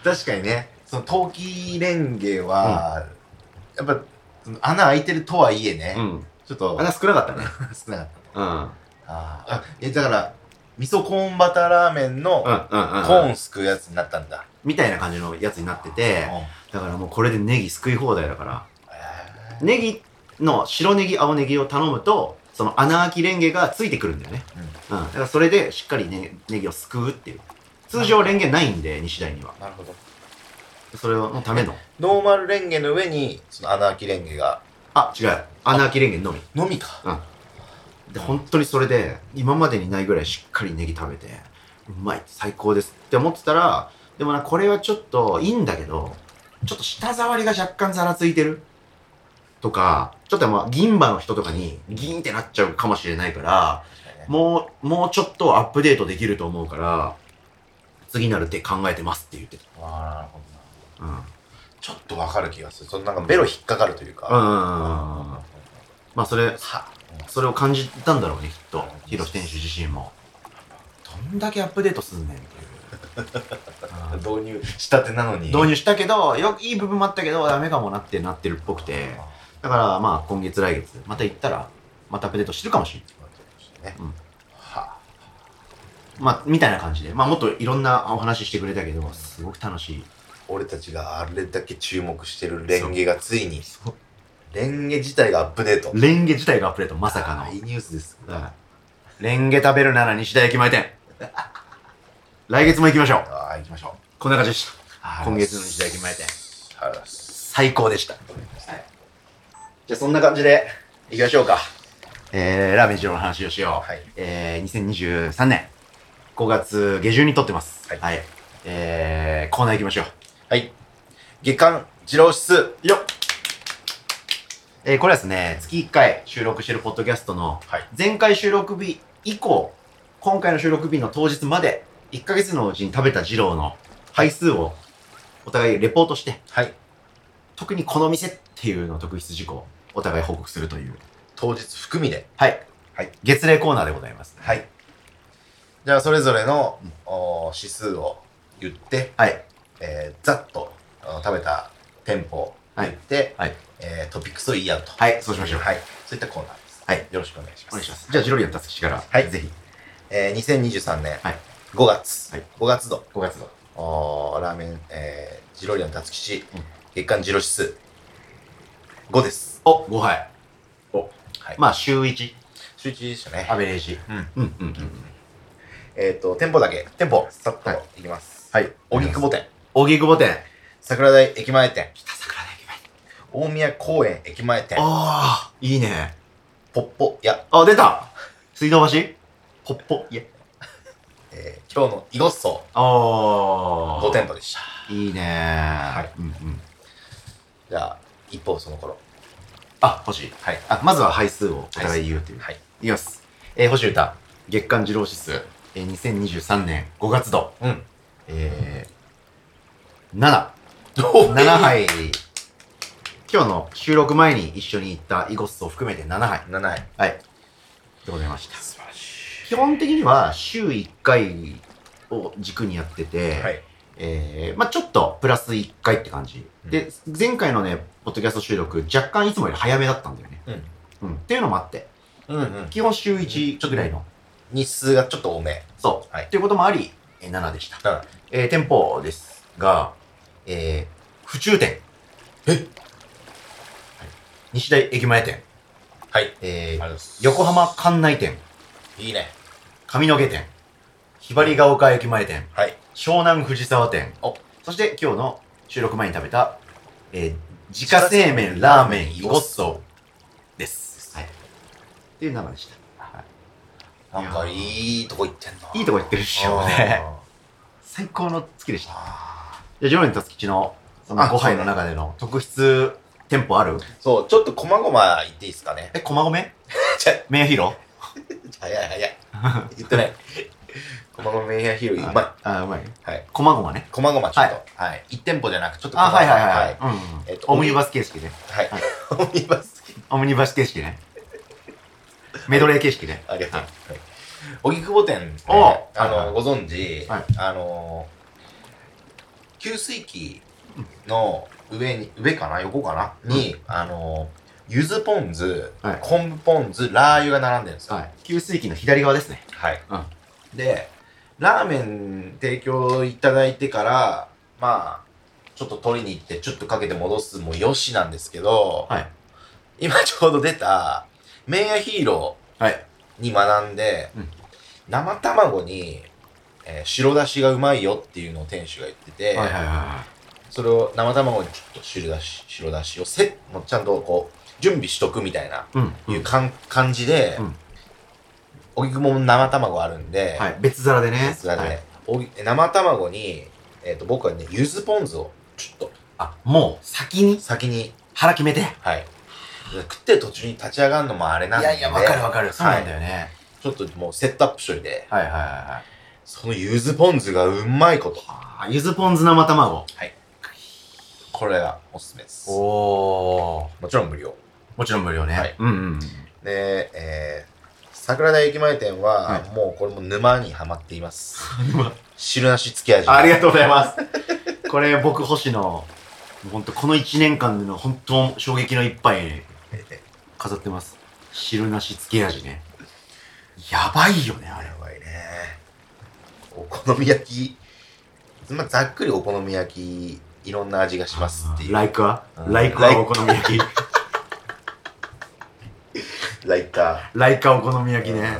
確かにね、その冬季レンゲは、やっぱ、その穴開いてるとはいえね、 うん。 ちょっと、 穴少なかったね。 少なかった。 うん。 ああ、え、だから、味噌コーンバターラーメンのうんうんうん。 コーンすくうやつになったんだ。 みたいな感じのやつになってて、 うんだからもうこれでネギすくい放題だから、 へーネギの白ネギ、青ネギを頼むと、その穴開きレンゲがついてくるんだよね。うん。だからそれでしっかりね、ネギをすくうっていう。通常レンゲないんで、西大には。 なるほど。 それのための。 ノーマルレンゲの上に、その穴開きレンゲが、 あ、違う。穴開きレンゲのみ。 のみか。 うん。で、本当にそれで、今までにないぐらいしっかりネギ食べて、うまい、最高ですって思ってたら、でもな、これはちょっといいんだけど、ちょっと舌触りが若干ざらついてるとか、ちょっとまあ銀歯の人とかにギーンってなっちゃうかもしれないから、もう、もうちょっとアップデートできると思うから、次なる手考えてますって言ってた。 ああ、なるほどな。 うん。 ちょっとわかる気がする。そのなんかベロ引っかかるというか。 うんうんうんうんあまあそれ、 ーはそれを感じたんだろうね、きっと。ヒロシ店主自身も。どんだけアップデートすんねんっていう。うん導入したてなのに。 導入したけど、よいい部分もあったけど、ダメかもなってなってるっぽくて。だからまあ今月来月、また行ったら、またアップデートしてるかもしれない。 ね。 うんはまあ、みたいな感じで。まあもっといろんなお話してくれたけど、すごく楽しい。 俺たちがあれだけ注目してるレンゲがついに、 そうレンゲ自体がアップデート。 レンゲ自体がアップデート、まさかの。 いいニュースです。 うんレンゲ食べるなら西田駅前店。来月も行きましょう。 ああ、行きましょう。 こんな感じでした。 あー今月の西田駅前店。 ありがとうございます。 最高でした。はい。じゃあそんな感じで行きましょうか。えー、ラーメン二郎の話をしよう。 はい。 えー、にせんにじゅうさんねんごがつ下旬に撮ってます。 はいはい。えー、コーナー行きましょう。 はい。月間二郎指数。 よっえー、これはですね、月いっかい収録してるポッドキャストのはい。 前回収録日以降、今回の収録日の当日までいっかげつのうちに食べた二郎の配数をお互いレポートして、 はい。 特にこの店っていうのを特筆事項をお互い報告するという。 当日含みで。 はい。 はい。 月例コーナーでございます。 はい。じゃあ、それぞれの、お指数を言って、 はい。 えー、ざっとあの食べた店舗を言って、 はい。 えー、トピックスを言い合うと。 はい、そうしましょう。 はい。そういったコーナーです。 はい。 よろしくお願いします。 お願いします。じゃあ、ジロリアンたつきから、 はいぜひ。 えー、にせんにじゅうさんねんはいごがつ、 はいごがつ度、 ごがつの。 おーラーメン、えー、ジロリアンたつきち、 うん月間ジロ指数、ごです。 お、ごはい。お。 はい。 まあ、週いち、 週いちでしたね。 アベレージ。 うん。 うん、うん、うん。 えっ、ー、と、店舗だけ、 店舗。 さっとはいいきます。 はい。 荻窪店、 荻窪店。 桜台駅前店、 北桜台駅前。 大宮公園駅前店、 ああ、いいね。 ポッポ屋、 あ、出た水道橋ポッポ。いや。 えー、今日のイゴッソああ。 ご店舗でした。 いいねはい。 うんうん。 じゃあ、一方その頃。 あ、星。 はい。 あ、まずは配数をお互い言うという。 はい。 いきます。えー、星歌。月間二郎指数。えー、にせんにじゅうさんねんごがつ度。 うん。 えー、なな。ななはい。今日の収録前に一緒に行ったイゴッソを含めてななはい。 ななはい。 はい。でございました。 素晴らし基本的には週いっかいを軸にやってて、 い。はい。 えー、まあちょっとプラスいっかいって感じ。 うんで、前回のね、ポッドキャスト収録、若干いつもより早めだったんだよね。 うん。 うん。っていうのもあって、 うんうん。 基本週いちぐらいの。 日数がちょっと多め。 そう。 はいっていうこともあり、えーななでした。 なな。 えー、店舗ですが、えー、府中店。 えはい西大駅前店。 はい。 えーありがとうございます。 横浜館内店。 いいね。 上野毛店。ひばりが丘駅前店。 はい。 湘南藤沢店。 おそして今日の収録前に食べた、えー、自家製麺ラーメンイゴッソです。はい。っていう生でした。はなんかいいとこ行ってんな。 い。いいとこ行ってるっしょね。最高の月でした。 あじゃあ、ジョロリンとつきちのそのあごはいの中での特筆店舗あるーそう、ちょっと細々言っていいですかね。 え、駒込じゃ、 メンヒロ早い早い。言ってない。細々メイヤーヒールうまい。 あ、うまい。 はい。 駒込ね。 細々ちょっと。はい。一店舗じゃなく、ちょっとあ、 細々。 はいはいはい。うん。 えっとオムニバス形式ね。 はい。 はいオムニバス。 オムニバス形式ね。メドレー形式ね。 ありがとう。 ははいい。荻窪店ね、 おあの、 はいはいご存知、 はいあの、 給水器の上に、上かな横かな、うん、に、あの、柚子ポン酢、はい、昆布ポン酢、ラー油が並んでるんですよ。はい。 給水器の左側ですね。 はい。うん。で、ラーメン提供いただいてから、まあ、ちょっと取りに行って、ちょっとかけて戻すもよしなんですけど、はい。今ちょうど出た、麺屋ヒーローに学んで、はい、うん、生卵に、えー、白だしがうまいよっていうのを店主が言ってて、はいはいはいはい、それを生卵にちょっと白だし、白だしをせもうちゃんとこう、準備しとくみたいな、うん、いうかん感じで、うん、荻窪も生卵あるんで、 はい、別皿でね。 別皿で、はい、生卵に、えっと、僕はね、柚子ポン酢をちょっと。 あ、もう先に先に。 腹決めて。 はい。食ってる途中に立ち上がるのもあれなんで。いやいや、わかるわかる。そうなんだよね、はい。 ちょっともうセットアップしといて。 はいはいはいはい。 その柚子ポン酢がうまいこと。 はあ、柚子ポン酢生卵。 はい。これがおすすめです。 おー。 もちろん無料。 もちろん無料ね。はい。うんうん。 で、えー、桜田駅前店は、はい、もうこれも沼にはまっています。沼汁なしつけ味。 ありがとうございます。これ僕星の、ほんとこのいちねんかんでの本当衝撃の一杯飾ってます。汁なしつけ味ね。やばいよね、あれ。 やばいね。お好み焼き、まあ、ざっくりお好み焼き、いろんな味がしますっていう。 ライクはライクはお好み焼き。 ライカー。ライカお好み焼きね。ね。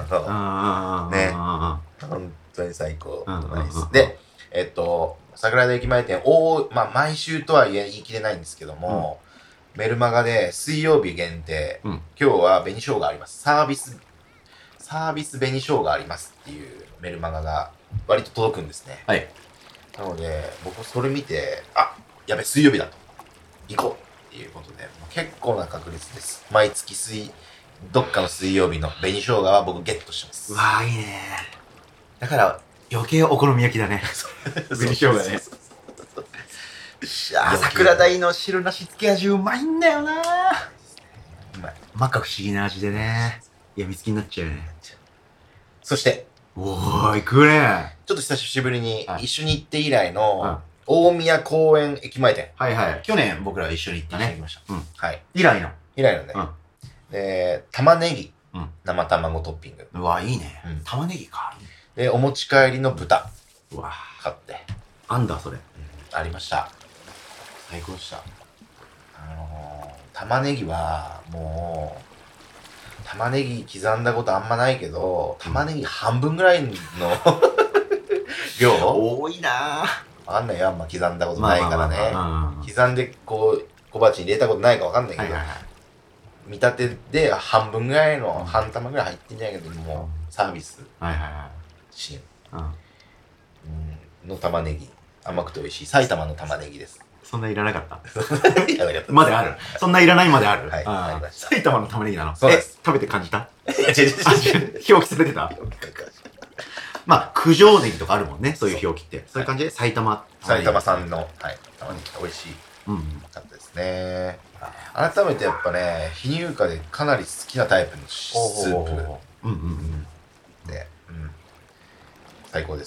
本当に最高。ナイス。で、えっと、桜田駅前店、おまあ、毎週とは言い切れないんですけども、うん、メルマガで水曜日限定、うん、今日は紅生姜あります。サービス、サービス紅生姜ありますっていうメルマガが割と届くんですね。はい。なので、僕それ見て、あ、やべ、水曜日だと。行こうっていうことで、結構な確率です。毎月水、どっかの水曜日の紅生姜は僕ゲットしてます。 うわー、いいね。だから、余計お好み焼きだね。紅生姜ね。いやー、桜鯛の汁なしつけ味うまいんだよなー。うまい。まか不思議な味でね。やみつきになっちゃうよね。 そして、 おー、行くね。 ちょっと久しぶりに一緒に行って以来の、大宮公園駅前店。 はいはい。去年僕ら一緒に行ったね。行きました。うん。 はい。 以来の。 以来のね。うん。で、玉ねぎ。うん。生卵トッピング。 うわ、いいね。うん。玉ねぎか。 で、お持ち帰りの豚。 うわ。 買って。 あんだ、それ。 うん。ありました。最高でした。あのー、玉ねぎは、もう、玉ねぎ刻んだことあんまないけど、玉ねぎ半分ぐらいの量多いなぁ。 わかんないよ、あんま刻んだことないからね。刻んで、こう、小鉢に入れたことないかわかんないけど、はいはいはい、見立てで半分ぐらいの、半玉ぐらい入ってんじゃないけど、もう、サービス。はいはいはい。支援。うん。の玉ねぎ。甘くて美味しい。埼玉の玉ねぎです。 そんないらなかったいらなかった。まである。そんないらないまである。はい。ありました。埼玉の玉ねぎなの？ そうです。 食べて感じた？違う違う違う。表記されてた？まあ、九条ネギとかあるもんね、そういう表記って。そういう感じで、埼玉。 埼玉産の、はい、玉ねぎ美味しい。うん。かったですね。改めてやっぱね、非乳化でかなり好きなタイプのスープ。うんうんうん。で、うん。最高です。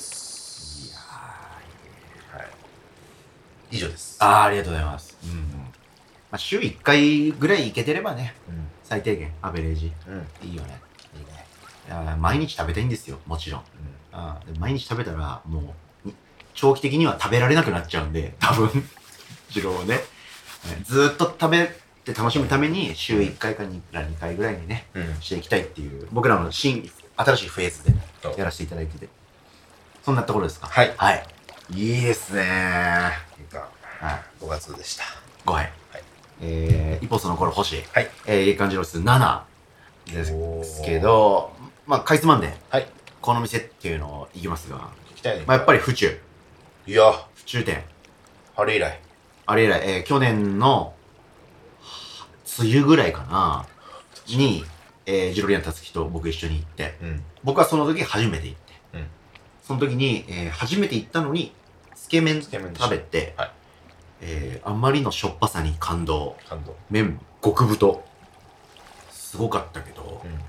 いやー、はい。以上です。 あー、ありがとうございます。うん。まあ、週いっかいぐらい行けてればね、うん、最低限、アベレージ。うん。いいよね。いいね。いや毎日食べたいんですよ、もちろん。あで毎日食べたら、もう、長期的には食べられなくなっちゃうんで、多分、二郎をね。ずーっと食べて楽しむために、週いっかいかにかいぐらいにね、うん、していきたいっていう、僕らの新、新しいフェーズでやらせていただいてて。そんなところですか？ はい。 はい。いいですねー。 はい。ごがつでした。 ごはい。はい。えー、一方その頃星。 はい。 えー、月間二郎数ななですけど、まあ、かいつまんで。はい。この店っていうのを行きますが、 聞きたいね。 まあ、やっぱり府中。 いや。 府中店。 あれ以来。 あれ以来、えー、去年の、梅雨ぐらいかな、に、えー、ジロリアンたつきと僕一緒に行って、うん、僕はその時初めて行って、うん、その時に、えー、初めて行ったのに、つけ麺食べて、はい、えー、あまりのしょっぱさに感動。 感動。 麺、極太。すごかったけど、うん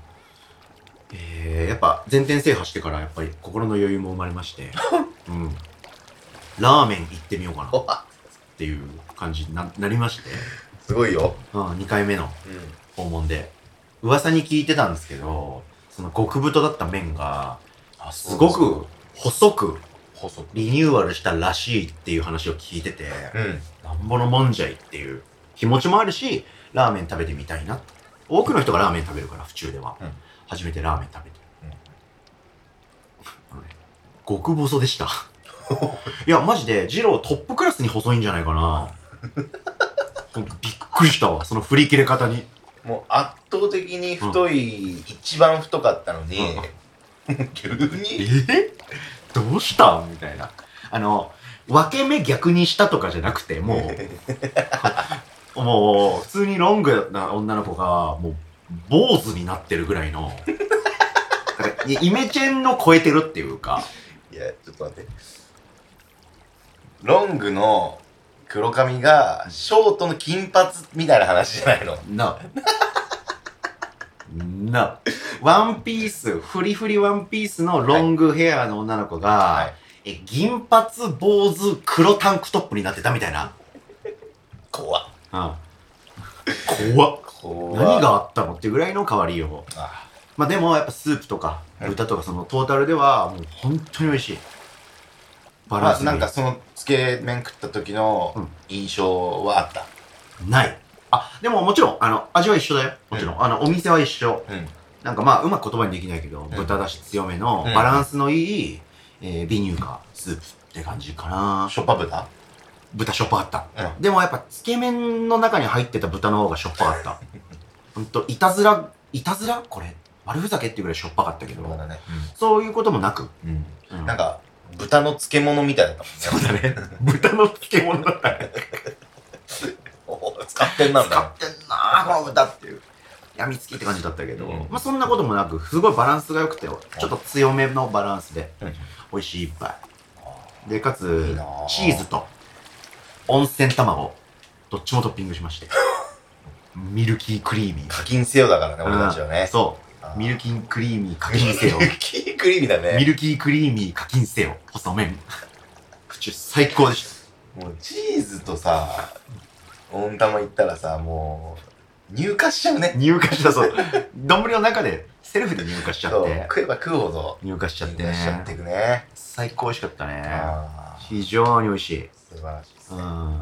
えー、やっぱ全店制覇してからやっぱり心の余裕も生まれまして、うん、 ラーメン行ってみようかなっおわていう感じに な, なりまして、 すごいよ。 うん、にかいめのうん。 訪問で噂に聞いてたんですけど、その極太だった麺があ、 すごく細く細く。 リニューアルしたらしいっていう話を聞いてて、 うん。 なんぼのもんじゃいっていう気持ちもあるし、ラーメン食べてみたいな。多くの人がラーメン食べるから、府中では、 うん、 初めてラーメン食べて、 うん、 あのね、極細でしたいやマジで二郎トップクラスに細いんじゃないかなほんとびっくりしたわ、その振り切れ方に。 もう圧倒的に太い、うん、一番太かったのに、うん、急にえどうしたんみたいな。あの分け目逆にしたとかじゃなくて、もうもう普通にロングな女の子がもう坊主になってるぐらいのだからイメチェンの超えてるっていうか。 いやちょっと待って、ロングの黒髪がショートの金髪みたいな話じゃないのななワンピースフリフリワンピースのロングヘアの女の子が、はい、え銀髪坊主黒タンクトップになってたみたいな。 怖っ、 うん、怖っ怖っ何があったのっていうぐらいの変わりよう。あまあでもやっぱスープとか豚とかそのトータルではもう本当に美味しい。 バランス、まあ、なんかそのつけ麺食った時の印象はあった、 うん、ない。あでももちろんあの味は一緒だよ、もちろん、うん、あのお店は一緒、うん、なんかまあうまく言葉にできないけど、うん、豚だし強めのバランスのいい、うんえー、ビニューカスープって感じかな。 しょっぱ豚豚しょっぱかった、 うん、 でもやっぱつけ麺の中に入ってた豚の方がしょっぱかったほんといたずらいたずらこれ悪ふざけっていうぐらいしょっぱかったけど、そうだね、うん、そういうこともなく、 うんうん、なんか豚の漬物みたいだったもんね。そうだね。豚の漬物だったね。 使ってんなんだ。 使ってんなー、この豚っていう。やみつきって感じだったけど、うん、まあそんなこともなく、すごいバランスが良くて、ちょっと強めのバランスで、うん、美味しい一杯。で、かつ、いいチーズと温泉卵、どっちもトッピングしまして。ミルキークリーミー。 課金せよだからね、俺たちはね。 そう。ミルキークリーミー課金せよ。 ミルキークリーミーだね。 ミルキークリーミー課金せよ。細麺。口最高でした。 もうチーズとさ、温玉いったらさ、もう入荷しちゃうね。 入荷したそう。丼の中でセルフで入荷しちゃって。 食えば食うほど入荷しちゃってね。 入荷しちゃっていくね。 最高美味しかったね。非常に美味しい。 素晴らしいですね。うん。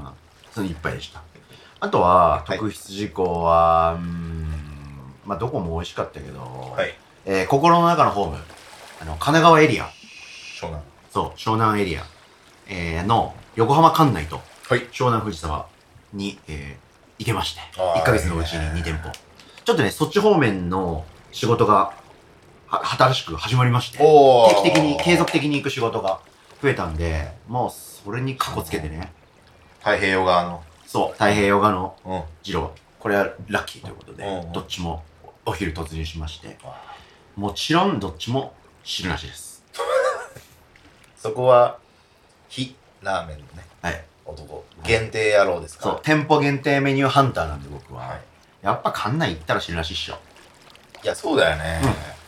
その一杯でした。あとは特筆事項は、はい、うーん。まあどこも美味しかったけど、はい、えー、心の中のホーム、あの神奈川エリア、 湘南、 そう湘南エリア、えー、の横浜管内と、はい、湘南藤沢に、えー、行けまして、いっかげつのうちにに店舗。ちょっとねそっち方面の仕事がは新しく始まりまして、定期的に継続的に行く仕事が増えたんで、もうそれにカコつけてね。 太平洋側の、 そう太平洋側の二郎、これはラッキーということで、うんうん、どっちもお昼突入しまして、もちろんどっちも汁なしですそこは非ラーメンのね、 はい、 男限定野郎ですか。 そう店舗限定メニューハンターなんで僕は、はい、やっぱ館内行ったら汁なしっしょ。 いやそうだよね、うん、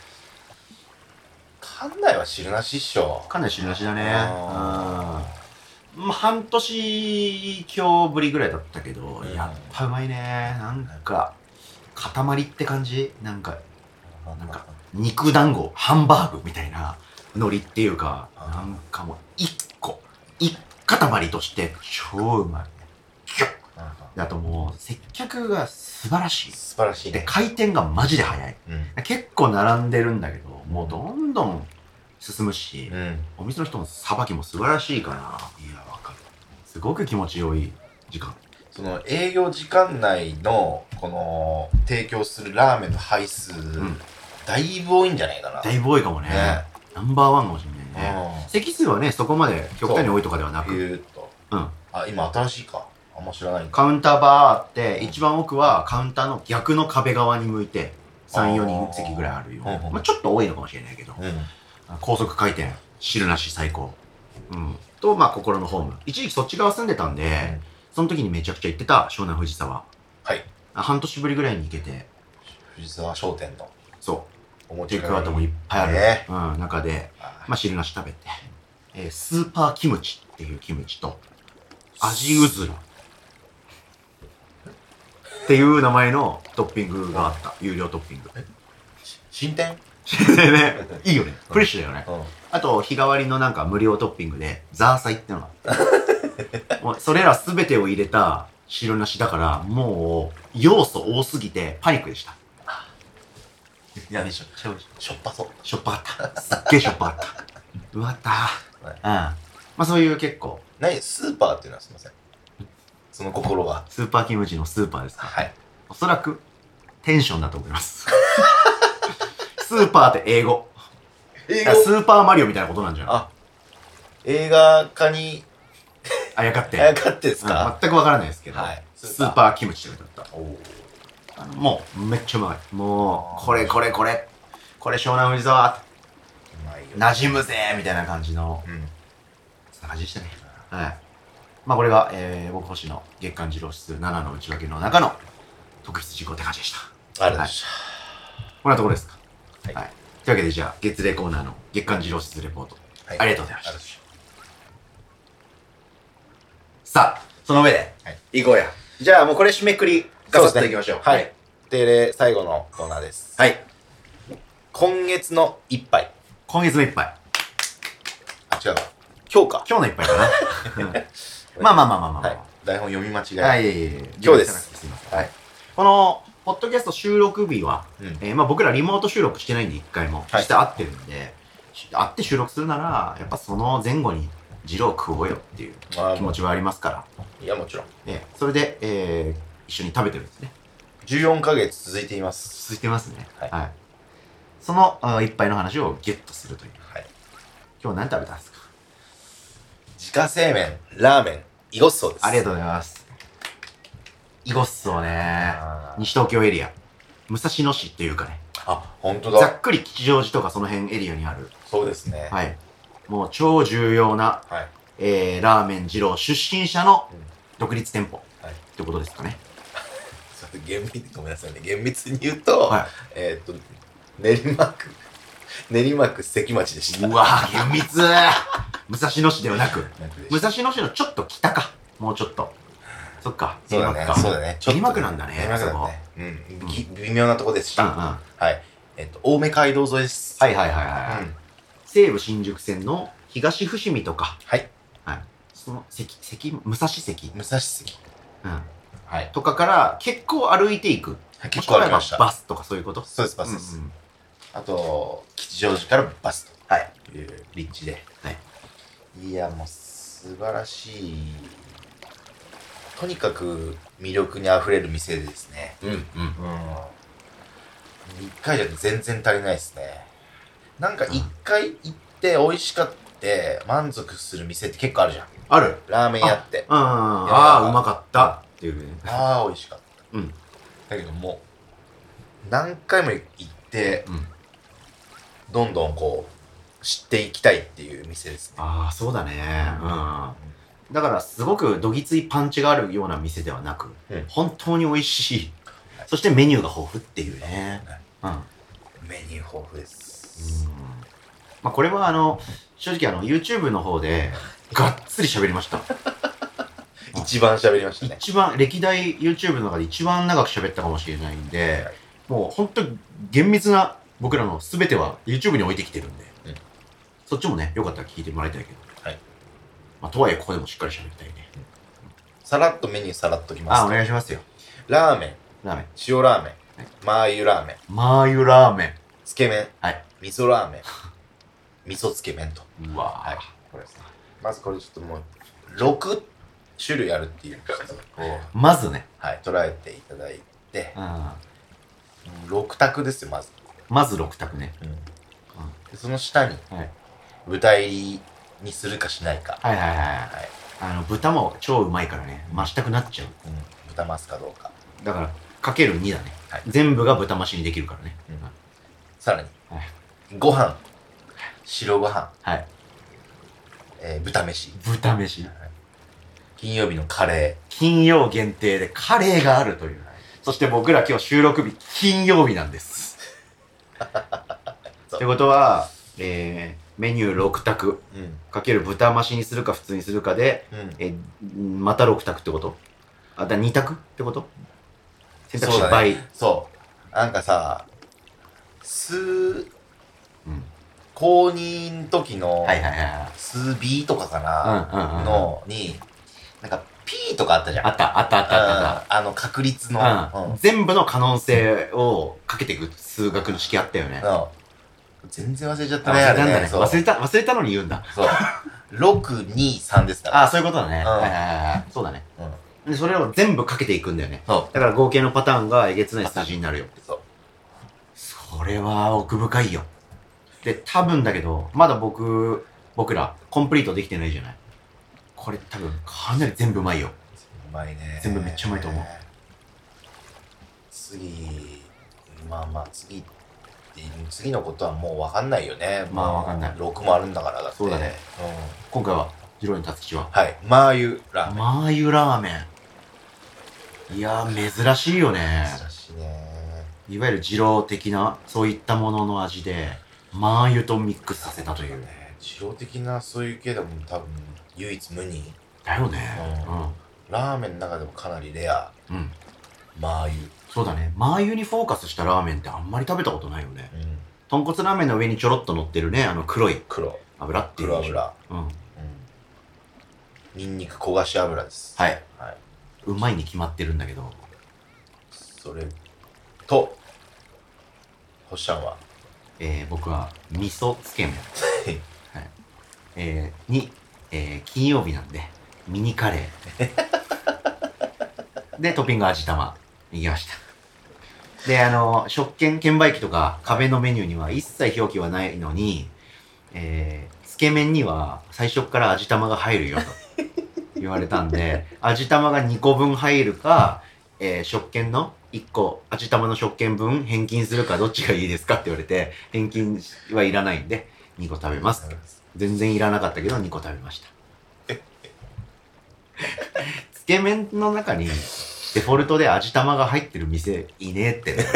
館内は汁なしっしょ。 館内汁なしだね。うん、半年今日ぶりぐらいだったけど、うん、やっぱうまいね。なんか塊って感じ。なんかなんか肉団子ハンバーグみたいな海苔っていうか、なんかもう一個一塊として超うまい。ギュッ。あともう接客が素晴らしい。 素晴らしい、ね、 で回転がマジで早い、うん、結構並んでるんだけど、もうどんどん進むし、うん、お店の人のさばきも素晴らしいから、いやわかる。すごく気持ちよい時間。 その営業時間内のこの提供するラーメンの配数、うん、だいぶ多いんじゃないかな。 だいぶ多いかもね。ね、ナンバーワンかもしれないね。席数はねそこまで極端に多いとかではなく、 ギューッと、うん、あ今新しいかあんま知らないんだ。 カウンターバーあって、うん、一番奥はカウンターの逆の壁側に向いてさん、よにん席ぐらいあるよ。あ、まあ、ちょっと多いのかもしれないけど、うん、高速回転汁なし最高、うん、とまあ心のホーム、一時期そっち側住んでたんで、うん、その時にめちゃくちゃ行ってた湘南藤沢。はい。半年ぶりぐらいに行けて。 藤沢商店の。 そう。テイクアウトもいっぱいある、ね、うん、中で、まあ汁なし食べて。 えー、スーパーキムチっていうキムチと、味うずらっていう名前のトッピングがあった。有料トッピング。 新店ね、いいよね。フレッシュだよね。 うん。 あと、日替わりのなんか無料トッピングで、ザーサイってのがあって。もうそれらすべてを入れた白梨だから、もう、要素多すぎて、パニックでした。 いや、でしょ。しょっぱそう。 しょっぱかった。すっげえしょっぱかった。うわったー。 はいうん。まあそういう結構、 何スーパーっていうのはすいません。その心が。 スーパーキムチのスーパーですか。 はい。 おそらく、テンションだと思います。スーパーって英語。 映スーパーマリオみたいなことなんじゃない？ あ、映画化にあやかって。 あやかってですうんか？ 全くわからないですけど、 はいスーパーキムチって書いてあっおお。 た。あのもう、めっちゃうまい。もう、これこれこれ。これ湘南藤沢。 うまいよ。 馴染むぜみたいな感じの、 うん。 そんな感じでしたね。はい。まあこれが、えー、僕星の月間二郎指数ななの内訳の中の特筆事項って感じでした。 ありがとうございましこんなところですか。 はいはい。というわけでじゃあ、月例コーナーの月間二郎指数レポート。 た。はい。 ありがとうございましたありがとうございましさあ、その上で、 はい行こうや。じゃあもうこれ締めくり、ガサッといきましょう。 た。はい。定例最後のコーナーです。 はい。 今月の一杯。 今月の一杯。 あ、違うわ。今日か。 今日の一杯かな。うんまあまあまあまあまあまはい。台本読み間違え。 はい。はい。 今日ですすいません。 はい。 この、ポッドキャスト収録日は、 うん。 えー、まあ僕らリモート収録してないんで、一回も。 はい実際会ってるんで、会って収録するなら、やっぱその前後に、二郎食おうよっていうまあ、 気持ちはありますから。 いや、もちろん。 えー、それで、えー、一緒に食べてるんですね。 じゅうよんかげつ続いています。 続いてますね。 はいその、あ一杯の話をゲットするという。 はい。 今日何食べたんですか？ 自家製麺、ラーメン、イゴッソーです。 ありがとうございます。イゴッソーね。 あー西東京エリア。武蔵野市っていうかね。 あ、ほんとざだ。 っくり吉祥寺とかその辺エリアにある。 そうですね。い。 はい。もう超重要な、 はい。 えー、ラーメン二郎出身者のうん独立店舗。 はいってことですかね。 それ厳密、ごめんなさいね。厳密に言うと、 はえーっと、練馬区、練馬区関町でしい。 た。 うわぁ、厳密武蔵野市ではなく、 なんかで武した蔵野市のちょっと北か。もうちょっと。そっか。 そうだね練馬区。かそうだね。 練馬区なんだね練馬区だね。うん。ぎ微妙なとこですし。 うんうん。 は。 はいえっと、青梅街道沿いです。 いはいはいはい。 うん。 西武新宿線の東伏見とか、 はい。 その関、関、武蔵関、 武蔵関。 うん、 はい。 とかから結構歩いていく。 結構歩きました。 バスとかそういうこと？ そうです、バスです。 うんうんあと、吉祥寺からバスはい。 という立地で。 はい。 いや、もう素晴らしい。とにかく魅力にあふれる店でですね。 うんうん。 うん。一回じゃ全然足りないですね。なんか一回行って美味しかって満足する店って結構あるじゃん。 ある。 ラーメン屋って。 うん。ああ、うまかったっていうね。 ああ、美味しかった。 うん。 だけどもう、何回も行って、 うん。 どんどんこう、知っていきたいっていう店ですね。 ああ、そうだね。うん。だから、すごくどぎついパンチがあるような店ではなく、 うん本当に美味しい。そしてメニューが豊富っていうね。うん。うん。 メニュー豊富です。 まあ、これはあの、正直あの、YouTube の方で、がっつり喋りました。 一番喋りましたね。 一番、歴代 YouTube の中で一番長く喋ったかもしれないんで、 はいもう本当に厳密な僕らの全ては YouTube に置いてきてるんで、 うんそっちもね、よかったら聞いてもらいたいけど。 はい。 まあ、とはいえここでもしっかり喋りたいね。 さらっとメニューさらっときますあ、おと。 願いしますよ。 ラーメン、 ラーメン。 塩ラーメンはい、 マー油ラーメン、 マー油ラーメン。 つけ麺、 はい。 味噌ラーメン、味噌つけ麺と。 うわはいぁ。これですね。 まずこれちょっともう、ろく種類あるっていうのをちょっとこう、 まずね。 はい、捉えていただいて、 うん。 ろく択ですよ、まず。 まずろく択ね。 でその下に、 はい。 豚入りにするかしないか。 はいはいはい。 はい。 あの、豚も超うまいからね、増したくなっちゃう。 うん、豚増すかどうか。 だから、かけるにだね。 はい全部が豚増しにできるからね。 うんさらに、 はいご飯、白ご飯、 はい。 えー豚飯、 豚飯。 金曜日のカレ金曜限定でカレーがあるという。そして僕ら今日収録日、金曜日なんです。 そうってことは、えー、 メニューろく択うんかける豚増しにするか普通にするかで、 うんえまたろく択ってこと？あ、だに択ってこと？選択肢そうだ倍。 ねそうなんかさ数うん。 公認時のはいはいはいはい。 数 B とかかうんうんうんうなんのになんか P とかあったじゃんあったあったあったあったあっあの確率のた。 ううんん。全部の可能性をかけていく数学の式あったよね。 うん全然忘れちゃっあたね忘れたんだね。 そう忘れた、忘れたのに言うんだ。 そうろくにさんですからあ、そういうことだね。 うんはいはいはいはい。そうだね。 うんで、それを全部かけていくんだよね。 そうだから合計のパターンがえげつない数字になるよ。 そうそれは奥深いよ。で、多分だけど、まだ僕、僕ら、コンプリートできてないじゃない。これ多分、かなり全部うまいよ。 うまいね全部めっちゃうまいと思う。 次まあまあ次って次のことはもう分かんないよねまあ分かんないろくもあるんだからだってそうだねうん今回は、ジローに達吉は、 はいマー油ラーメンマー油ラーメン。いやー、珍しいよね。 珍しいねいわゆる二郎的な、そういったものの味で、マー油とミックスさせたという。 ね二郎的なそういう系でも多分唯一無二だよね。 ラーメンの中でもかなりレアうん。うん。 マー油そうだね。マー油にフォーカスしたラーメンってあんまり食べたことないよね。 うん豚骨ラーメンの上にちょろっと乗ってるね、あの黒い黒油っていう印象。 黒油うん。 うんニンニク焦がし油ですはい。 はいうまいに決まってるんだけど、 それとほっしゃんはえー、僕は味噌つけ麺。はい。えー、に、えー、金曜日なんで、ミニカレー。で、トッピング味玉。いきました。で、あの、食券券売機とか壁のメニューには一切表記はないのに、えー、つけ麺には最初から味玉が入るよと言われたんで、味玉がにこぶん入るか、えー、食券のいっこ、味玉の食券分返金するかどっちがいいですかって言われて、返金はいらないんで、にこ食べます。全然いらなかったけどにこ食べました。つけ麺の中にデフォルトで味玉が入ってる店いねえって。びっ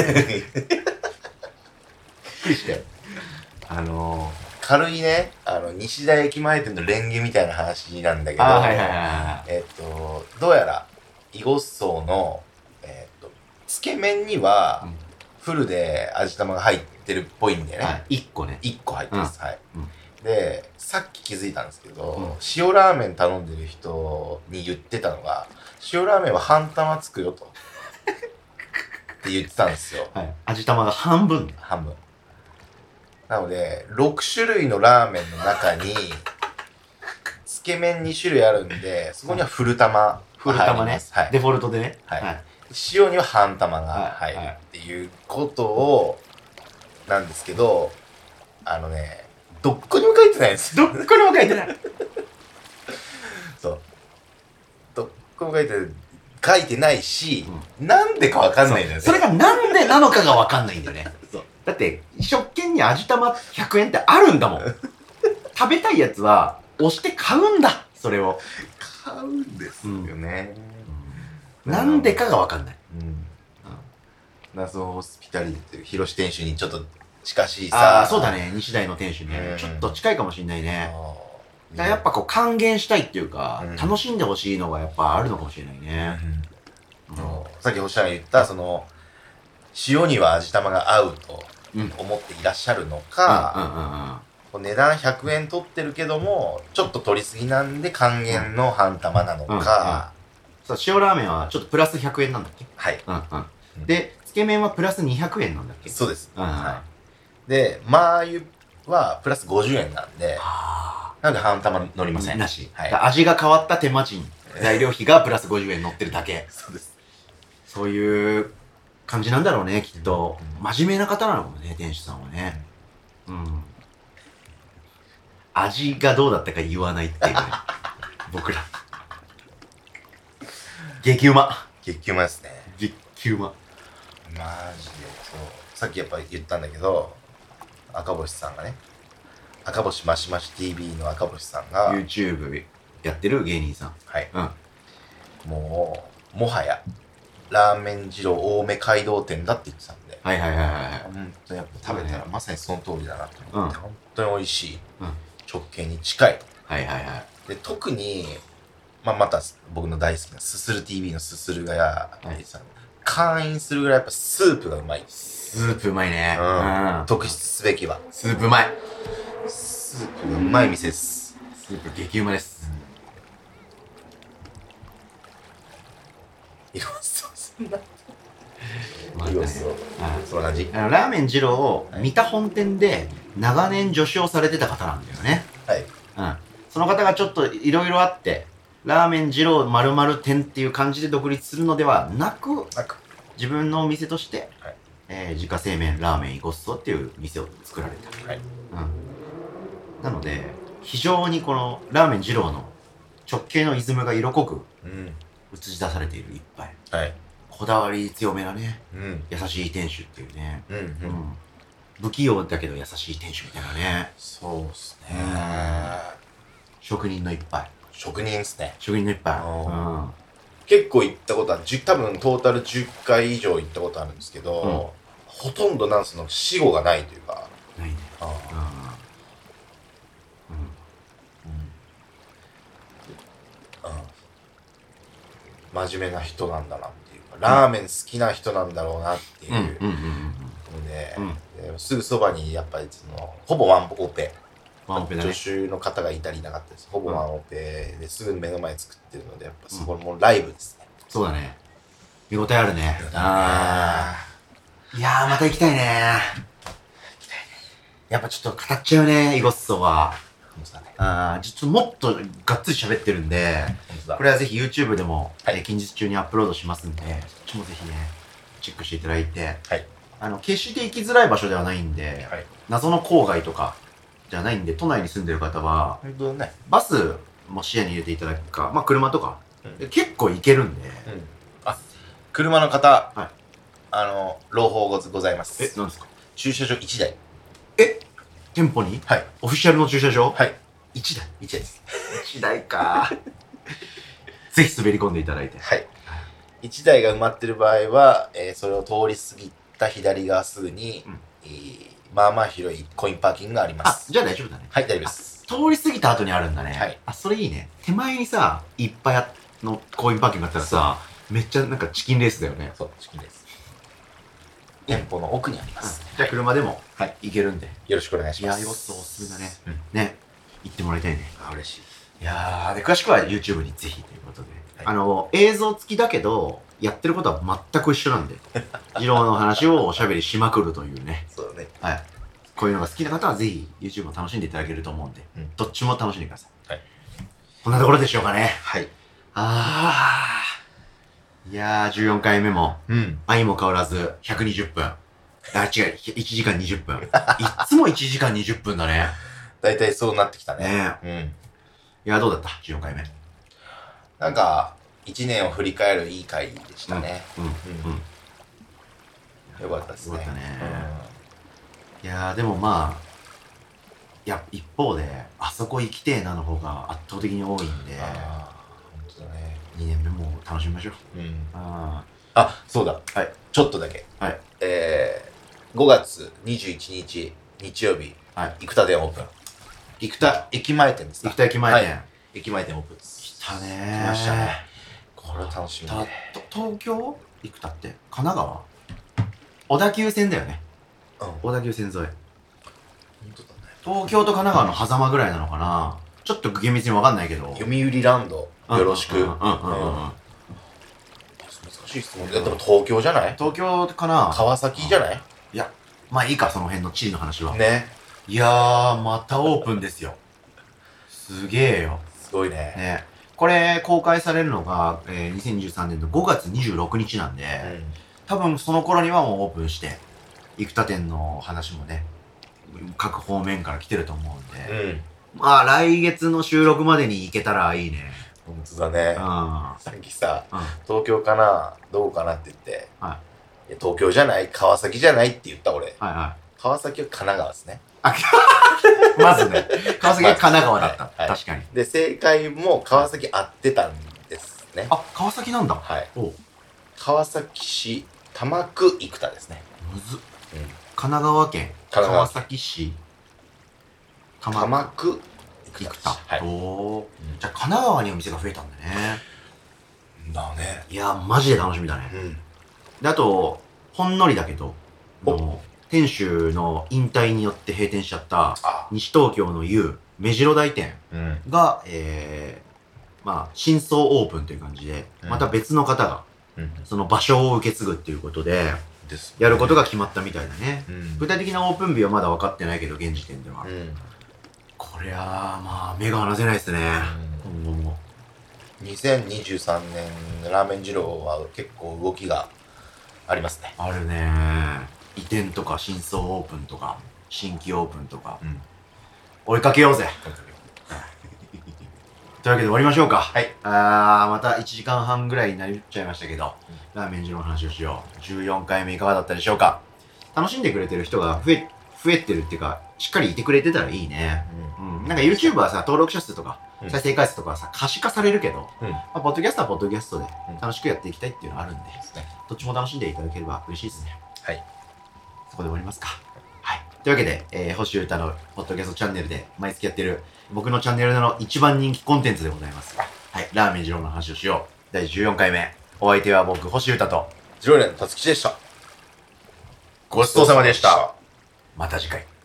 くりして。あのー、 軽いねあの西大駅前店のレンゲみたいな話なんだけどあーはいはいはいはい。 えっとどうやら囲碁荘のえっとつけ麺にはうんフルで味玉が入ってるっぽいんだよね、 はい、いっこね。 いっこ入ってます、はい、 うんでさっき気づいたんですけど、 うん塩ラーメン頼んでる人に言ってたのが塩ラーメンは半玉つくよとって言ってたんですよはい。味玉が半分。 半分なのでろく種類のラーメンの中につけ麺に種類あるんでそこにはフル玉フル玉ね入ります。はいデフォルトでね。 はい塩には半玉が入るっていうことをなんですけどあのねどっこにも書いてないんですよどっこにも書いてない。 そうどっこにも書いて書いてないし、なんでかわかんないんだよねそれがなんでなのかがわかんないんだよね。そうだって、食券に味玉ひゃくえんってあるんだもん。食べたいやつは、押して買うんだ。それを。 買うんですよね、 なんでかがわかんない。 うん謎ホスピタリティっていう広志店主にちょっと近しいあさあ、そうだね。西大の店主ね。 うんちょっと近いかもしんないね。 あーだからやっぱこう還元したいっていうか、 うん楽しんでほしいのがやっぱあるのかもしれないね。 うんさっき星さんが言ったその塩には味玉が合うとうん。 思っていらっしゃるのうんうんか、 うんうん。 値段ひゃくえん取ってるけどもちょっと取りすぎなんで還元の半玉なのか、 そう、塩ラーメンはちょっとプラスひゃくえんなんだっけ？ はいうんうん。で、つけ麺はプラスにひゃくえんなんだっけ？ そうです、 うんうん。 はい、でマー油はプラスごじゅうえんなんであなので半玉乗りませんなし。 はいだから味が変わった手間賃、材料費がプラスごじゅうえん乗ってるだけ。 そうですそういう感じなんだろうね、きっと。 うん真面目な方なのかもね、店主さんはね。うん。味がどうだったか言わないっていうね。僕ら。激うま。 激うまですね激うま。 マジでそうさっきやっぱり言ったんだけど赤星さんがね赤星マシマシ ティービー の赤星さんが YouTube やってる芸人さん。 はいうん。 もうもはやラーメン二郎青梅街道店だって言ってたんで、 はいはいはいはい。 本当やっぱ食べたらまさにその通りだなと思って、 うん本当に美味しい、 うん、 直径に近い。 はいはいはい。 で特に、まあ、また僕の大好きなすする ティーブイ のすするがや、はい、会員するぐらいやっぱスープがうまい。 スープうまいね。 うん。うん、特筆すべきは。 スープうまい。 スープがうまい店です。 スープ激うまです。 いろそうそんな。 いろそう。 そんな感じ。 あのラーメン二郎、三田本店で長年助手をされてた方なんだよね。 はい。 うん。その方がちょっといろいろあって、ラーメン二郎〇〇店っていう感じで独立するのではなく、 なく自分のお店として、 はい、 えー、自家製麺ラーメンイゴッソっていう店を作られた。はい。うん。なので、非常にこのラーメン二郎の直系のイズムが色濃く映し出されている一杯。はい。こだわり強めなね、うん、優しい店主っていうね、うんうんうん、不器用だけど優しい店主みたいなね。 そうっすね、 うん、職人の一杯。 職人っすね。 職人の一杯。うん、 結構行ったことは多分トータルじゅっかい以上行ったことあるんですけど、うん、ほとんどなんその死後がないというか。 ないね。ああ、 うんうん、真面目な人なんだなっていうか、ラーメン好きな人なんだろうなっていうので、すぐそばにやっぱりそのほぼワンオペ、ワンオペだね、助手の方がいたりいなかったです。ほぼワンオペですぐ目の前作ってるので、やっぱそこもライブですね。 そうだね。見応えあるね。ああ。いやー、また行きたいね。行きたいね。やっぱちょっと語っちゃうね、イゴッソは。ああ、ちょっともっとがっつり喋ってるんで、これはぜひ YouTube でも、はい、近日中にアップロードしますんで、そっちもぜひね、チェックしていただいて、はい、あの、決して行きづらい場所ではないんで、はい、謎の郊外とかじゃないんで、都内に住んでる方は、ね、バスも視野に入れていただくか、まあ車とか、うん、結構行けるんで、うん、 あ、車の方、はい、あの、朗報ございます。 え、何ですか？ 駐車場いちだい。 え？店舗に？はい。オフィシャルの駐車場？ はい。 いちだい。 いちだいです。 いちだいか。ぜひ滑り込んでいただいて。 はい。いちだいが埋まってる場合は、えー、それを通り過ぎた左側すぐに、うん、えー、まあまあ広いコインパーキングがあります。 あ、じゃあ大丈夫だね。 はい、大丈夫です。 通り過ぎた後にあるんだね。はい。あ、それいいね。手前にさ、いっぱいのコインパーキングがあったらさ、めっちゃなんかチキンレースだよね。 そう、チキンレース。店舗の奥にあります。 じゃあ車でも行けるんで。 よろしくお願いします。 いや、よっとおすすめだね。ね。行ってもらいたいね。 あ、嬉しい。 いやー、で、詳しくは YouTube にぜひということで。あの、映像付きだけど、やってることは全く一緒なんで。二郎の話をおしゃべりしまくるというね。 そうだね。 はい。こういうのが好きな方はぜひ YouTube を楽しんでいただけると思うんで、どっちも楽しんでください。はい。こんなところでしょうかね。 はい。 あー。いやー、じゅうよんかいめも、うん。相も変わらず、ひゃくにじゅっぷん。あ、違う、いちじかんにじゅっぷん。いつもいちじかんにじゅっぷんだね。 だいたいそうなってきたね。 ねえ。うん。いや、どうだった ?じゅうよんかいめ。 なんか、いちねんを振り返るいい回でしたね。うん。うん。うん、よかったですね。よかったね。 うん、いやー、でもまあ、いや、一方で、あそこ行きてえなの方が圧倒的に多いんで、 ああ、ほんとだね。 にねんめも楽しみましょう。うん。 ああ、そうだ。はい。ちょっとだけ。はい。えー、ごがつにじゅういちにち、日曜日、はい。生田店オープン。生田駅前店ですか？ 生田駅前店。はい、 駅前店オープンです。 来たねー。 来ましたね。これは楽しみね。 東京生田って神奈川小田急線だよね。うん。小田急線沿い。ほんとだね。東京と神奈川の狭間ぐらいなのかな。ちょっと厳密にわかんないけど。 読売ランド、よろしく。うんうんうんうん。難しい質問で。でも東京じゃない？ 東京かな？ 川崎じゃない？ いや、まあいいか、その辺の地理の話は。 ね。 いやー、またオープンですよ。すげえよ。 すごいね。 ね。これ、公開されるのが、えー、にせんにじゅうさんねんのごがつにじゅうろくにちなんで、うん、多分その頃にはもうオープンして、生田店の話もね、各方面から来てると思うんで、うん、まあ来月の収録までに行けたらいいね。 ほんとだね。うん、さっきさ、うん、東京かなどうかなって言って、はい、いや東京じゃない川崎じゃないって言った俺。はいはい、川崎は神奈川ですね。 まずね、川崎は神奈川だった。はいはい、確かに。 で、正解も川崎合ってたんですね。 あ、川崎なんだ。 はい。お川崎市多摩区生田ですね。 むずっ。 うん。 神奈川県神奈川川崎市多摩区生田。 はい。 おー。 うんじゃあ神奈川にお店が増えたんだね。 だね。 いや、マジで楽しみだね。 うん。 で、あと、ほんのりだけど、 おあの店主の引退によって閉店しちゃったあ。 西東京の U 目白台店うん。 が、えー、まあ、新装オープンという感じで、 うんまた別の方がうん。 その場所を受け継ぐっていうことで、 です。 やることが決まったみたいだね。 うん。 具体的なオープン日はまだ分かってないけど、現時点では。 うん。 こりゃあ、まあ、目が離せないですね。今後も。 にせんにじゅうさんねんラーメン二郎は結構動きがありますね。 あるね。移転とか新装オープンとか、新規オープンとか、 うん。 追いかけようぜ。というわけで終わりましょうか。 はい。 あー、またいちじかんはんぐらいになっちゃいましたけど、ラーメン二郎の話をしよう。じゅうよんかいめいかがだったでしょうか。楽しんでくれてる人が増え、増えてるっていうか、しっかりいてくれてたらいいね。うん。なんか YouTube はさ、登録者数とか、 うん再生回数とかはさ、可視化されるけど、 うん。 まあ、ポッドキャストはポッドキャストでうん楽しくやっていきたいっていうのがあるんで、 ですね。 どっちも楽しんでいただければ嬉しいですね。 はい。 そこで終わりますか。はい。というわけで、えー、星歌のポッドキャストチャンネルで毎月やってる僕のチャンネルの一番人気コンテンツでございます。はい。ラーメン二郎の話をしよう。だいじゅうよんかいめ。お相手は僕、星歌と、 ジローレンのたつきちでした。ごちそうさまでした。 また次回。